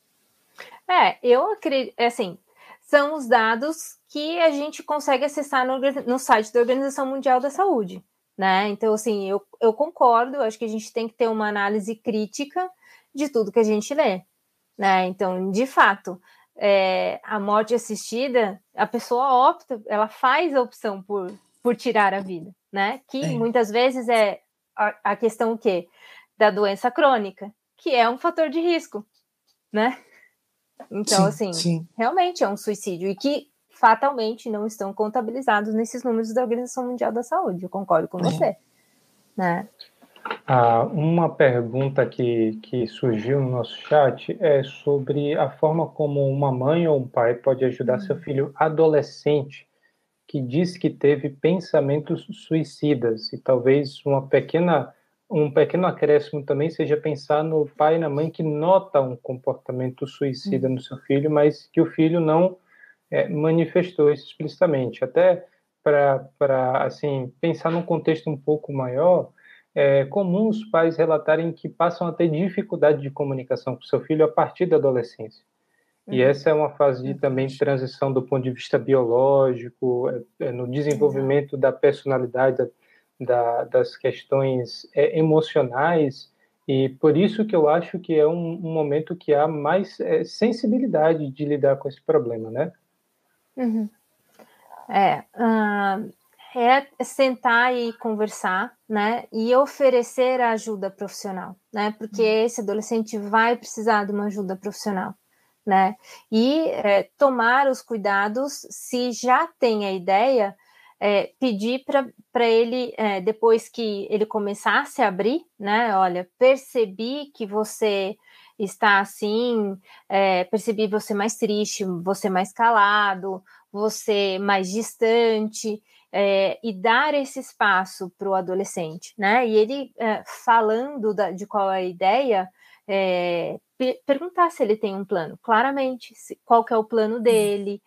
É, eu acredito, assim, são os dados que a gente consegue acessar no, no site da Organização Mundial da Saúde, né? Então, assim, eu, eu concordo, eu acho que a gente tem que ter uma análise crítica de tudo que a gente lê, né? Então, de fato, é, a morte assistida, a pessoa opta, ela faz a opção por, por tirar a vida, né? Que É. muitas vezes é a, a questão o quê? Da doença crônica, que é um fator de risco, né? Então, Sim, assim, sim. realmente é um suicídio e que fatalmente não estão contabilizados nesses números da Organização Mundial da Saúde. Eu concordo com É. você, né? Ah, uma pergunta que, que surgiu no nosso chat é sobre a forma como uma mãe ou um pai pode ajudar Hum. seu filho adolescente que diz que teve pensamentos suicidas, e talvez uma pequena um pequeno acréscimo também seja pensar no pai e na mãe que nota um comportamento suicida Hum. no seu filho, mas que o filho não é, manifestou isso explicitamente. Até para assim pensar num contexto um pouco maior, é comum os pais relatarem que passam a ter dificuldade de comunicação com seu filho a partir da adolescência. E Uhum. essa é uma fase de também transição do ponto de vista biológico, é, é, no desenvolvimento da personalidade, da, da, das questões é, emocionais, e por isso que eu acho que é um, um momento que há mais é, sensibilidade de lidar com esse problema, né? Uhum. É, uh, é sentar e conversar, né? E oferecer a ajuda profissional, né? Porque esse adolescente vai precisar de uma ajuda profissional, né? E é, tomar os cuidados, se já tem a ideia, é, pedir para ele, é, depois que ele começar a se abrir, né? Olha, percebi que você está assim, é, percebi você mais triste, você mais calado, você mais distante, é, e dar esse espaço para o adolescente, né? E ele é, falando da, de qual é a ideia, é, per perguntar se ele tem um plano, claramente, se, qual que é o plano dele.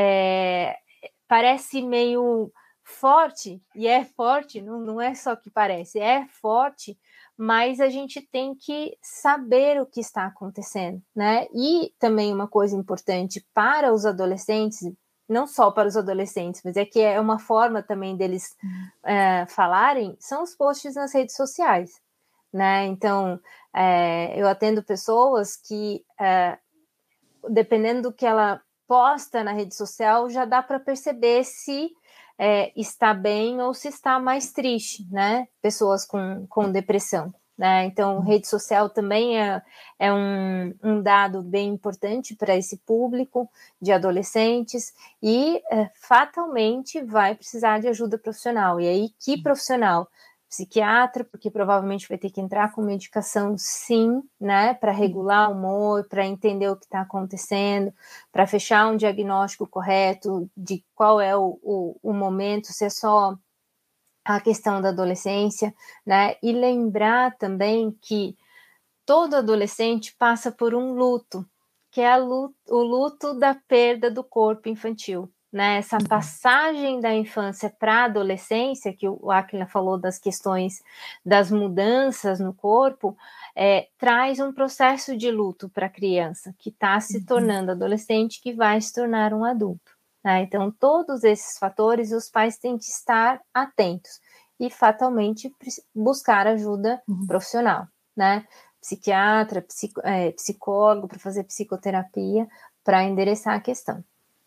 É, parece meio forte, e é forte, não, não é só que parece, é forte, mas a gente tem que saber o que está acontecendo, né? E também uma coisa importante para os adolescentes, não só para os adolescentes, mas é que é uma forma também deles é, falarem, são os posts nas redes sociais, né? Então, é, eu atendo pessoas que, é, dependendo do que ela posta na rede social, já dá para perceber se é, está bem ou se está mais triste, né? Pessoas com, com depressão. Né? Então, rede social também é, é um, um dado bem importante para esse público de adolescentes e é, fatalmente vai precisar de ajuda profissional. E aí, que profissional? Psiquiatra, porque provavelmente vai ter que entrar com medicação, sim, né, para regular o humor, para entender o que está acontecendo, para fechar um diagnóstico correto de qual é o, o, o momento, se é só a questão da adolescência, né? E lembrar também que todo adolescente passa por um luto, que é luto, o luto da perda do corpo infantil, né? Essa passagem da infância para a adolescência, que o Aquila falou das questões das mudanças no corpo, é, traz um processo de luto para a criança, que está se tornando adolescente, que vai se tornar um adulto. Né? Então, todos esses fatores, os pais têm que estar atentos e fatalmente buscar ajuda uhum. profissional, né? Psiquiatra, psico, é, psicólogo para fazer psicoterapia para endereçar a questão.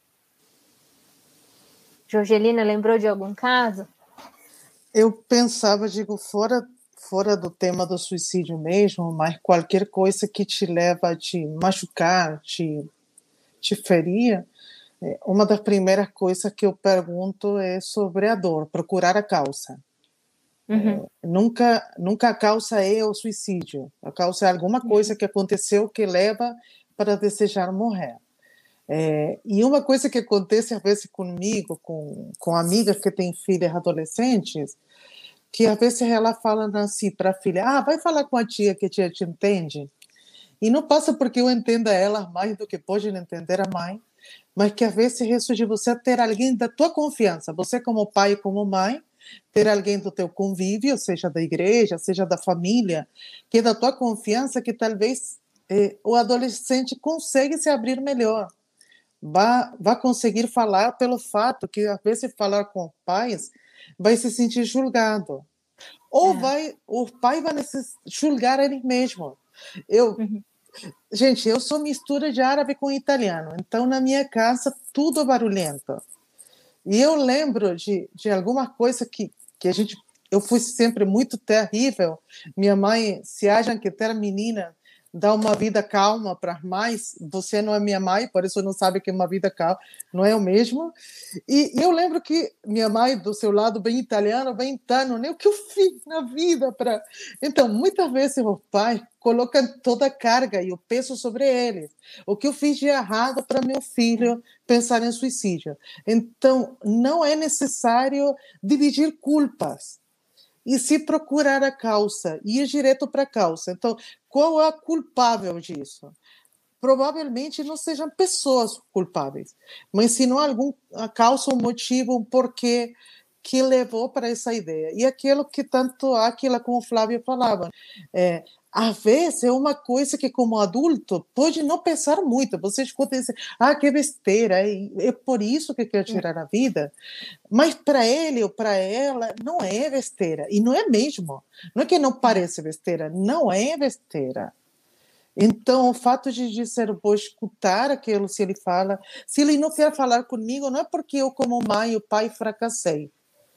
Jorgelina, lembrou de algum caso? Eu pensava, digo, fora, fora do tema do suicídio mesmo, mas qualquer coisa que te leva a te machucar, te, te ferir, Uma das primeiras coisas que eu pergunto é sobre a dor, procurar a causa. Uhum. É, nunca, nunca a causa é o suicídio. A causa é alguma coisa que aconteceu que leva para desejar morrer. É, e uma coisa que acontece às vezes comigo, com, com amigas que têm filhas adolescentes, que às vezes ela fala assim para a filha, ah, vai falar com a tia que a tia te entende. E não passa porque eu entenda ela mais do que pode entender a mãe, mas que às vezes isso de você ter alguém da tua confiança, você como pai e como mãe, ter alguém do teu convívio, seja da igreja, seja da família, que é da tua confiança, que talvez eh, o adolescente consiga se abrir melhor. Vai, vai conseguir falar pelo fato que, às vezes, falar com pais vai se sentir julgado. Ou é. vai, o pai vai julgar ele mesmo. Eu, uhum. Gente, eu sou mistura de árabe com italiano, então na minha casa tudo é barulhento. E eu lembro de, de alguma coisa que, que a gente... Eu fui sempre muito terrível. Minha mãe, se acham que ter menina dá uma vida calma para as mães, você não é minha mãe, por isso não sabe que é uma vida calma, não é o mesmo. E, e eu lembro que minha mãe, do seu lado bem italiano, bem italiano, né? O que eu fiz na vida para... Então, muitas vezes o pai coloca toda a carga e o peso sobre eles. O que eu fiz de errado para meu filho pensar em suicídio. Então, não é necessário dividir culpas. E se procurar a causa, ir direto para a causa. Então, qual é a culpável disso? Provavelmente não sejam pessoas culpáveis, mas se não algum a causa, um motivo, um porquê que levou para essa ideia. E aquilo que tanto Áquila como Flávio falavam, é, às vezes é uma coisa que como adulto pode não pensar muito, você escuta e diz, ah, que besteira, é, é por isso que quer tirar a vida, mas para ele ou para ela não é besteira, e não é mesmo, não é que não parece besteira, não é besteira. Então, o fato de, de ser bom escutar aquilo, se ele fala, se ele não quer falar comigo, não é porque eu como mãe ou pai fracassei,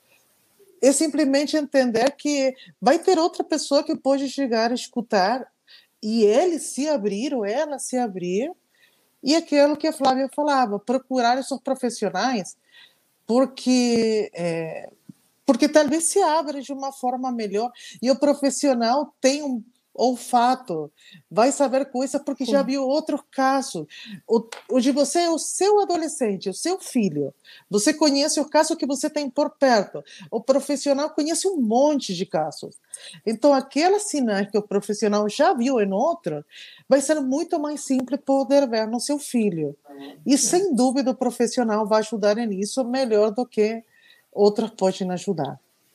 é simplesmente entender que vai ter outra pessoa que pode chegar a escutar e ele se abrir ou ela se abrir, e aquilo que a Flávia falava, procurar esses profissionais, porque, é, porque talvez se abra de uma forma melhor, e o profissional tem um olfato, vai saber coisa porque Sim. já viu outro caso. O, o de você é o seu adolescente, o seu filho. Você conhece o caso que você tem por perto. O profissional conhece um monte de casos. Então, aquelas sinais que o profissional já viu em outro, vai ser muito mais simples poder ver no seu filho. E, sem dúvida, o profissional vai ajudar nisso melhor do que outros podem ajudar.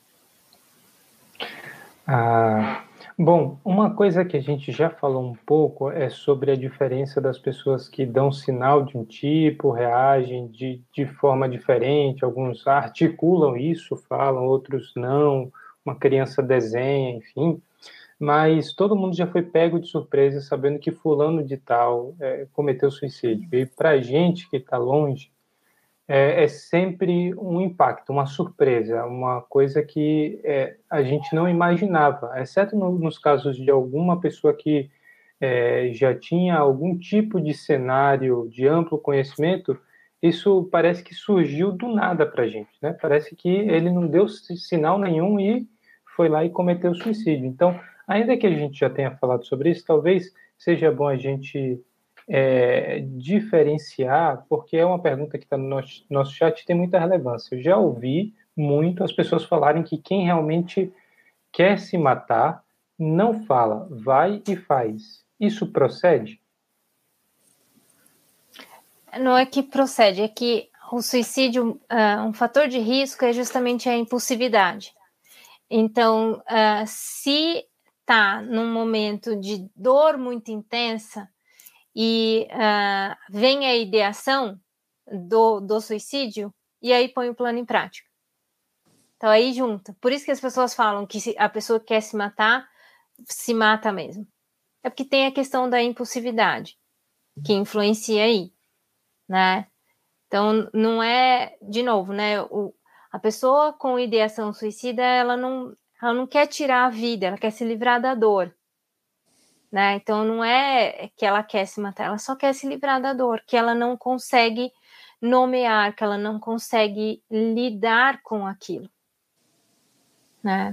Ah... Bom, uma coisa que a gente já falou um pouco é sobre a diferença das pessoas que dão sinal de um tipo, reagem de, de forma diferente, alguns articulam isso, falam, outros não, uma criança desenha, enfim, mas todo mundo já foi pego de surpresa sabendo que fulano de tal é, cometeu suicídio. E para a gente que está longe, É, é sempre um impacto, uma surpresa, uma coisa que é, a gente não imaginava, exceto no, nos casos de alguma pessoa que é, já tinha algum tipo de cenário de amplo conhecimento, isso parece que surgiu do nada para a gente, né? Parece que ele não deu sinal nenhum e foi lá e cometeu suicídio. Então, ainda que a gente já tenha falado sobre isso, talvez seja bom a gente É, diferenciar, porque é uma pergunta que está no nosso, nosso chat e tem muita relevância. Eu já ouvi muito as pessoas falarem que quem realmente quer se matar não fala, vai e faz. Isso procede? Não é que procede, é que o suicídio, uh, um fator de risco é justamente a impulsividade. Então, uh, se está num momento de dor muito intensa, e uh, vem a ideação do, do suicídio, e aí põe o plano em prática. Então, aí junta. Por isso que as pessoas falam que se a pessoa quer se matar, se mata mesmo. É porque tem a questão da impulsividade, que influencia aí, né? Então, não é, de novo, né? O, a pessoa com ideação suicida, ela não, ela não quer tirar a vida, ela quer se livrar da dor. Né? Então não é que ela quer se matar, ela só quer se livrar da dor, que ela não consegue nomear, que ela não consegue lidar com aquilo, né?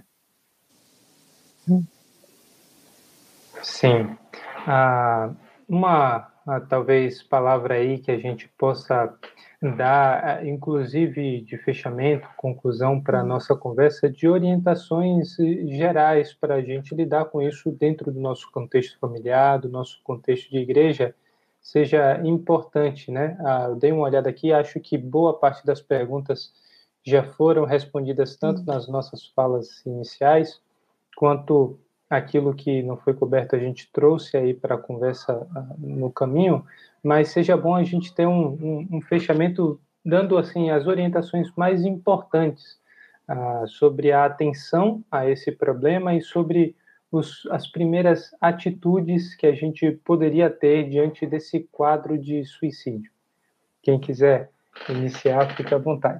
Sim. Ah, uma, ah, talvez, palavra aí que a gente possa dar, inclusive de fechamento, conclusão para a nossa conversa, de orientações gerais para a gente lidar com isso dentro do nosso contexto familiar, do nosso contexto de igreja, seja importante, né? Ah, eu dei uma olhada aqui, acho que boa parte das perguntas já foram respondidas tanto nas nossas falas iniciais, quanto aquilo que não foi coberto a gente trouxe aí para a conversa uh, no caminho, mas seja bom a gente ter um, um, um fechamento dando assim as orientações mais importantes uh, sobre a atenção a esse problema e sobre os, as primeiras atitudes que a gente poderia ter diante desse quadro de suicídio. Quem quiser iniciar, fique à vontade.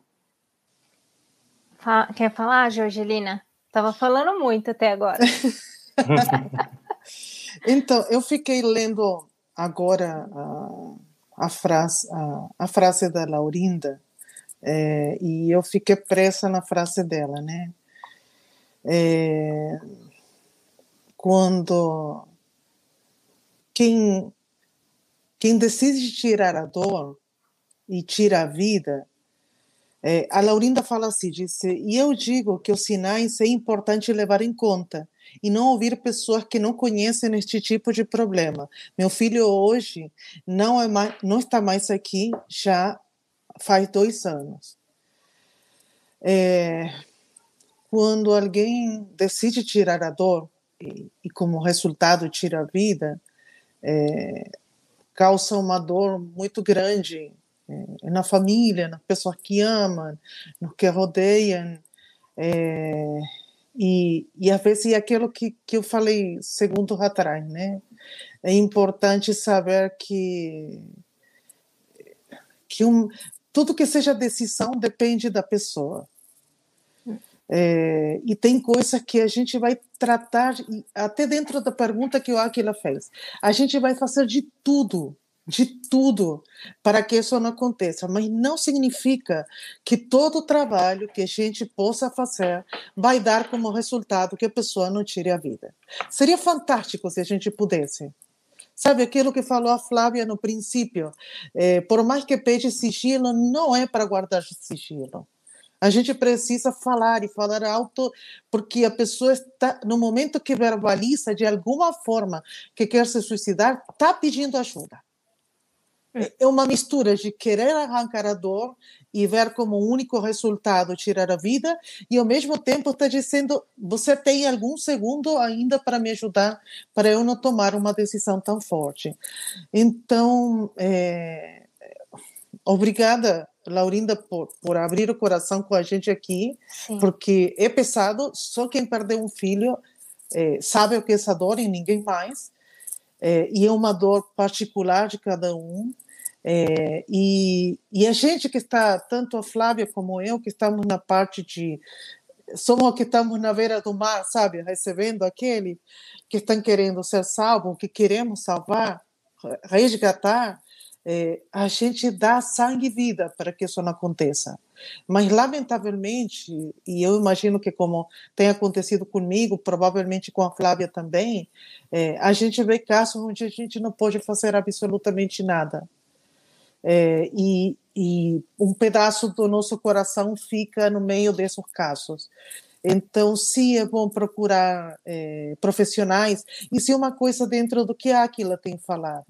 Quer falar, Jorgelina? Estava falando muito até agora. Então, eu fiquei lendo agora a, a, frase, a, a frase da Laurinda, é, e eu fiquei presa na frase dela, né? É, quando quem, quem decide tirar a dor e tira a vida, é, a Laurinda fala assim, disse, e eu digo que os sinais é importante levar em conta e não ouvir pessoas que não conhecem este tipo de problema. Meu filho hoje não, é mais, não está mais aqui, já faz dois anos. É, quando alguém decide tirar a dor e, e como resultado tira a vida, é, causa uma dor muito grande é, na família, nas pessoas que amam, nos que rodeiam, é, e, e às vezes é aquilo que, que eu falei segundos atrás, né? É importante saber que, que um, tudo que seja decisão depende da pessoa. É, e tem coisas que a gente vai tratar, até dentro da pergunta que o Aquila fez, a gente vai fazer de tudo, de tudo, para que isso não aconteça, mas não significa que todo o trabalho que a gente possa fazer vai dar como resultado que a pessoa não tire a vida. Seria fantástico se a gente pudesse. Sabe aquilo que falou a Flávia no princípio? É, por mais que pede sigilo, não é para guardar sigilo. A gente precisa falar e falar alto, porque a pessoa está, no momento que verbaliza de alguma forma que quer se suicidar, está pedindo ajuda. É uma mistura de querer arrancar a dor e ver como único resultado tirar a vida, e ao mesmo tempo está dizendo, você tem algum segundo ainda para me ajudar, para eu não tomar uma decisão tão forte. Então, é... obrigada, Laurinda, por, por abrir o coração com a gente aqui, Sim. porque é pesado, só quem perdeu um filho é, sabe o que é essa dor e ninguém mais, é, e é uma dor particular de cada um, é, e, e a gente que está, tanto a Flávia como eu, que estamos na parte de, somos que estamos na beira do mar, sabe, recebendo aquele que estão querendo ser salvos, que queremos salvar, resgatar, É, a gente dá sangue e vida para que isso não aconteça. Mas, lamentavelmente, e eu imagino que como tem acontecido comigo, provavelmente com a Flávia também, é, a gente vê casos onde a gente não pode fazer absolutamente nada. É, e, e um pedaço do nosso coração fica no meio desses casos. Então, sim, é bom procurar é, profissionais. E se uma coisa dentro do que a Aquila tem falado,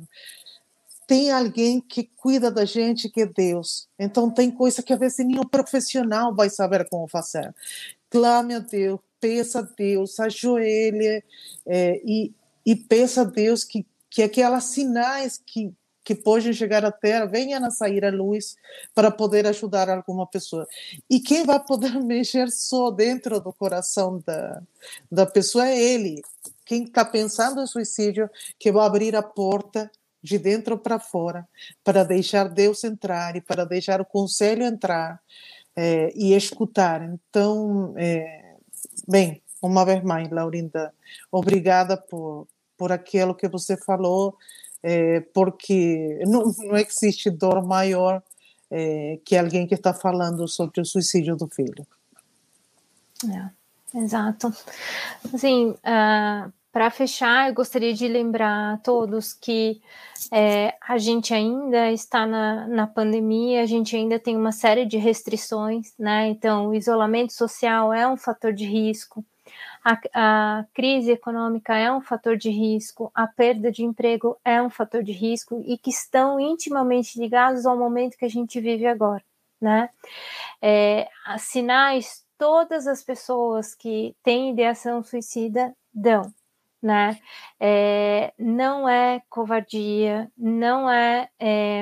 tem alguém que cuida da gente, que é Deus. Então, tem coisa que às vezes nem o profissional vai saber como fazer. Clame a Deus, peça a Deus, ajoelhe é, e, e peça a Deus que, que aquelas sinais que, que podem chegar à Terra venham a sair à luz para poder ajudar alguma pessoa. E quem vai poder mexer só dentro do coração da, da pessoa é Ele. Quem está pensando em suicídio, que vai abrir a porta de dentro para fora, para deixar Deus entrar e para deixar o conselho entrar é, e escutar. Então, é, bem, uma vez mais, Laurinda, obrigada por, por aquilo que você falou, é, porque não, não existe dor maior é, que alguém que está falando sobre o suicídio do filho. É, exato. Assim, uh, para fechar, eu gostaria de lembrar a todos que é, a gente ainda está na, na pandemia, a gente ainda tem uma série de restrições, né? Então, o isolamento social é um fator de risco, a, a crise econômica é um fator de risco, a perda de emprego é um fator de risco e que estão intimamente ligados ao momento que a gente vive agora, né? É, sinais todas as pessoas que têm ideação suicida dão, né? É, não é covardia, não é, é,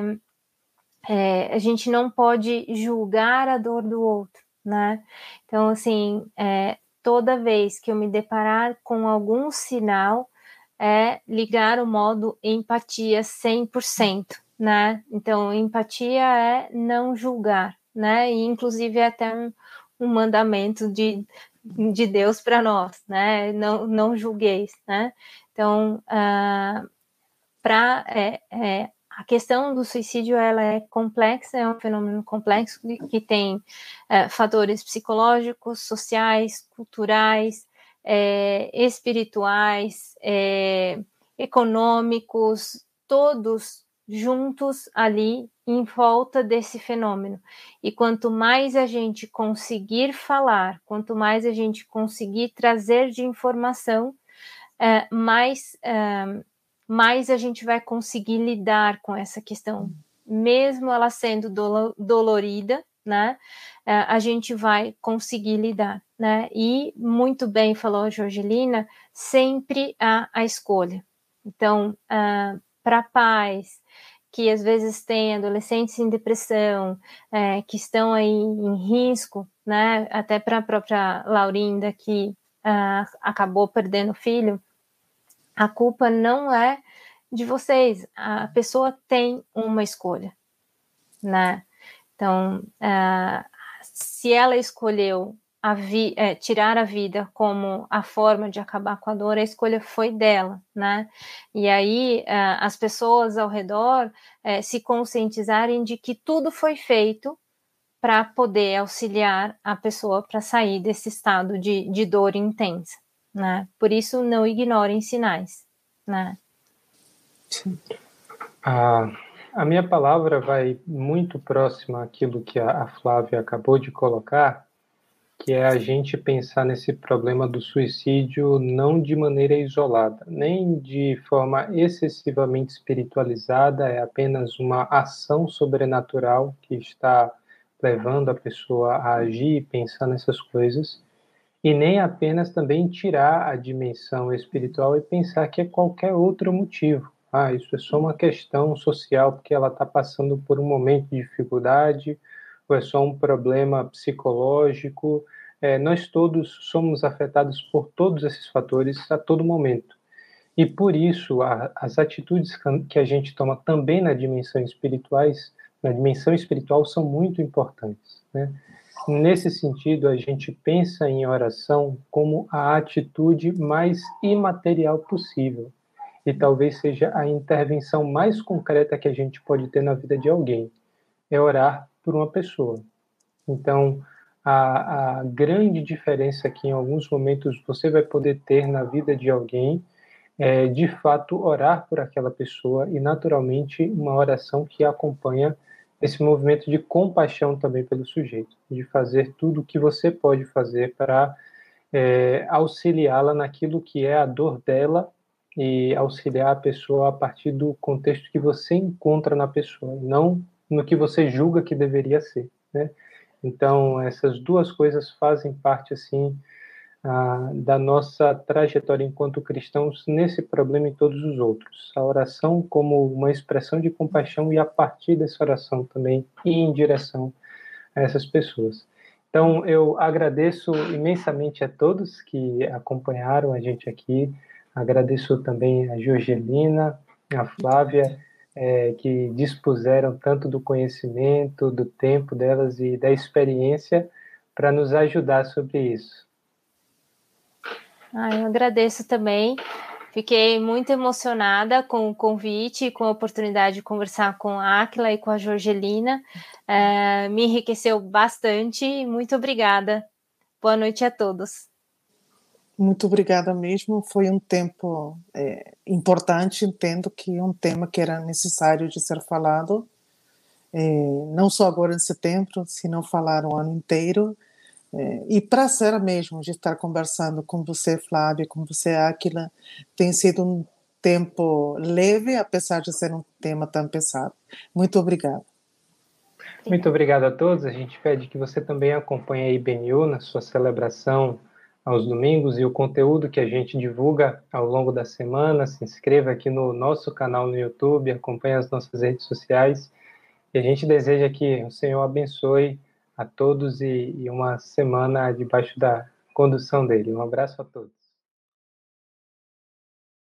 é, a gente não pode julgar a dor do outro, né? Então, assim, é, toda vez que eu me deparar com algum sinal, é ligar o modo empatia cem por cento, né? Então, empatia é não julgar, né? E, inclusive, é até um, um mandamento de, de Deus para nós, né? Não, não julgueis, né? Então, uh, para é, é, a questão do suicídio, ela é complexa, é um fenômeno complexo que tem é, fatores psicológicos, sociais, culturais, é, espirituais, é, econômicos, todos juntos ali em volta desse fenômeno. E quanto mais a gente conseguir falar, quanto mais a gente conseguir trazer de informação, é, mais... É, mais a gente vai conseguir lidar com essa questão, mesmo ela sendo dolo- dolorida, né? A gente vai conseguir lidar, né? E muito bem falou a Jorgelina, sempre há a escolha. Então, uh, para pais que às vezes têm adolescentes em depressão, é, que estão aí em risco, né? Até para a própria Laurinda que uh, acabou perdendo o filho, a culpa não é de vocês, a pessoa tem uma escolha, né? Então, uh, se ela escolheu a vi- é, tirar a vida como a forma de acabar com a dor, a escolha foi dela, né? E aí uh, as pessoas ao redor uh, se conscientizarem de que tudo foi feito para poder auxiliar a pessoa para sair desse estado de, de dor intensa, né? Por isso, não ignorem sinais. Né? A, a minha palavra vai muito próxima àquilo que a, a Flávia acabou de colocar, que é a gente pensar nesse problema do suicídio não de maneira isolada, nem de forma excessivamente espiritualizada, é apenas uma ação sobrenatural que está levando a pessoa a agir e pensar nessas coisas, e nem apenas também tirar a dimensão espiritual e pensar que é qualquer outro motivo. Ah, isso é só uma questão social porque ela está passando por um momento de dificuldade, ou é só um problema psicológico. É, nós todos somos afetados por todos esses fatores a todo momento. E por isso, a, as atitudes que a gente toma também na dimensão espirituais, na dimensão espiritual são muito importantes, né? Nesse sentido, a gente pensa em oração como a atitude mais imaterial possível e talvez seja a intervenção mais concreta que a gente pode ter na vida de alguém, é orar por uma pessoa. Então, a, a grande diferença que em alguns momentos você vai poder ter na vida de alguém é, de fato, orar por aquela pessoa e, naturalmente, uma oração que acompanha esse movimento de compaixão também pelo sujeito, de fazer tudo o que você pode fazer para é, auxiliá-la naquilo que é a dor dela e auxiliar a pessoa a partir do contexto que você encontra na pessoa, não no que você julga que deveria ser, né? Então, essas duas coisas fazem parte, assim, ah, da nossa trajetória enquanto cristãos nesse problema e todos os outros. A oração como uma expressão de compaixão e a partir dessa oração também ir em direção a essas pessoas. Então, eu agradeço imensamente a todos que acompanharam a gente aqui, agradeço também a Jorgelina, a Flávia, é, que dispuseram tanto do conhecimento, do tempo delas e da experiência para nos ajudar sobre isso. Ah, eu agradeço também. Fiquei muito emocionada com o convite, com a oportunidade de conversar com a Áquila e com a Jorgelina. É, me enriqueceu bastante. Muito obrigada. Boa noite a todos. Muito obrigada mesmo. Foi um tempo é, importante. Entendo que é um tema que era necessário de ser falado. É, não só agora em setembro, se não falar o ano inteiro. É, e prazer mesmo de estar conversando com você, Flávia, com você, Áquila. Tem sido um tempo leve, apesar de ser um tema tão pesado. Muito obrigada. Muito obrigado a todos. A gente pede que você também acompanhe a I B N U na sua celebração aos domingos e o conteúdo que a gente divulga ao longo da semana. Se inscreva aqui no nosso canal no YouTube, acompanhe as nossas redes sociais. E a gente deseja que o Senhor abençoe a todos e, e uma semana debaixo da condução dele. Um abraço a todos.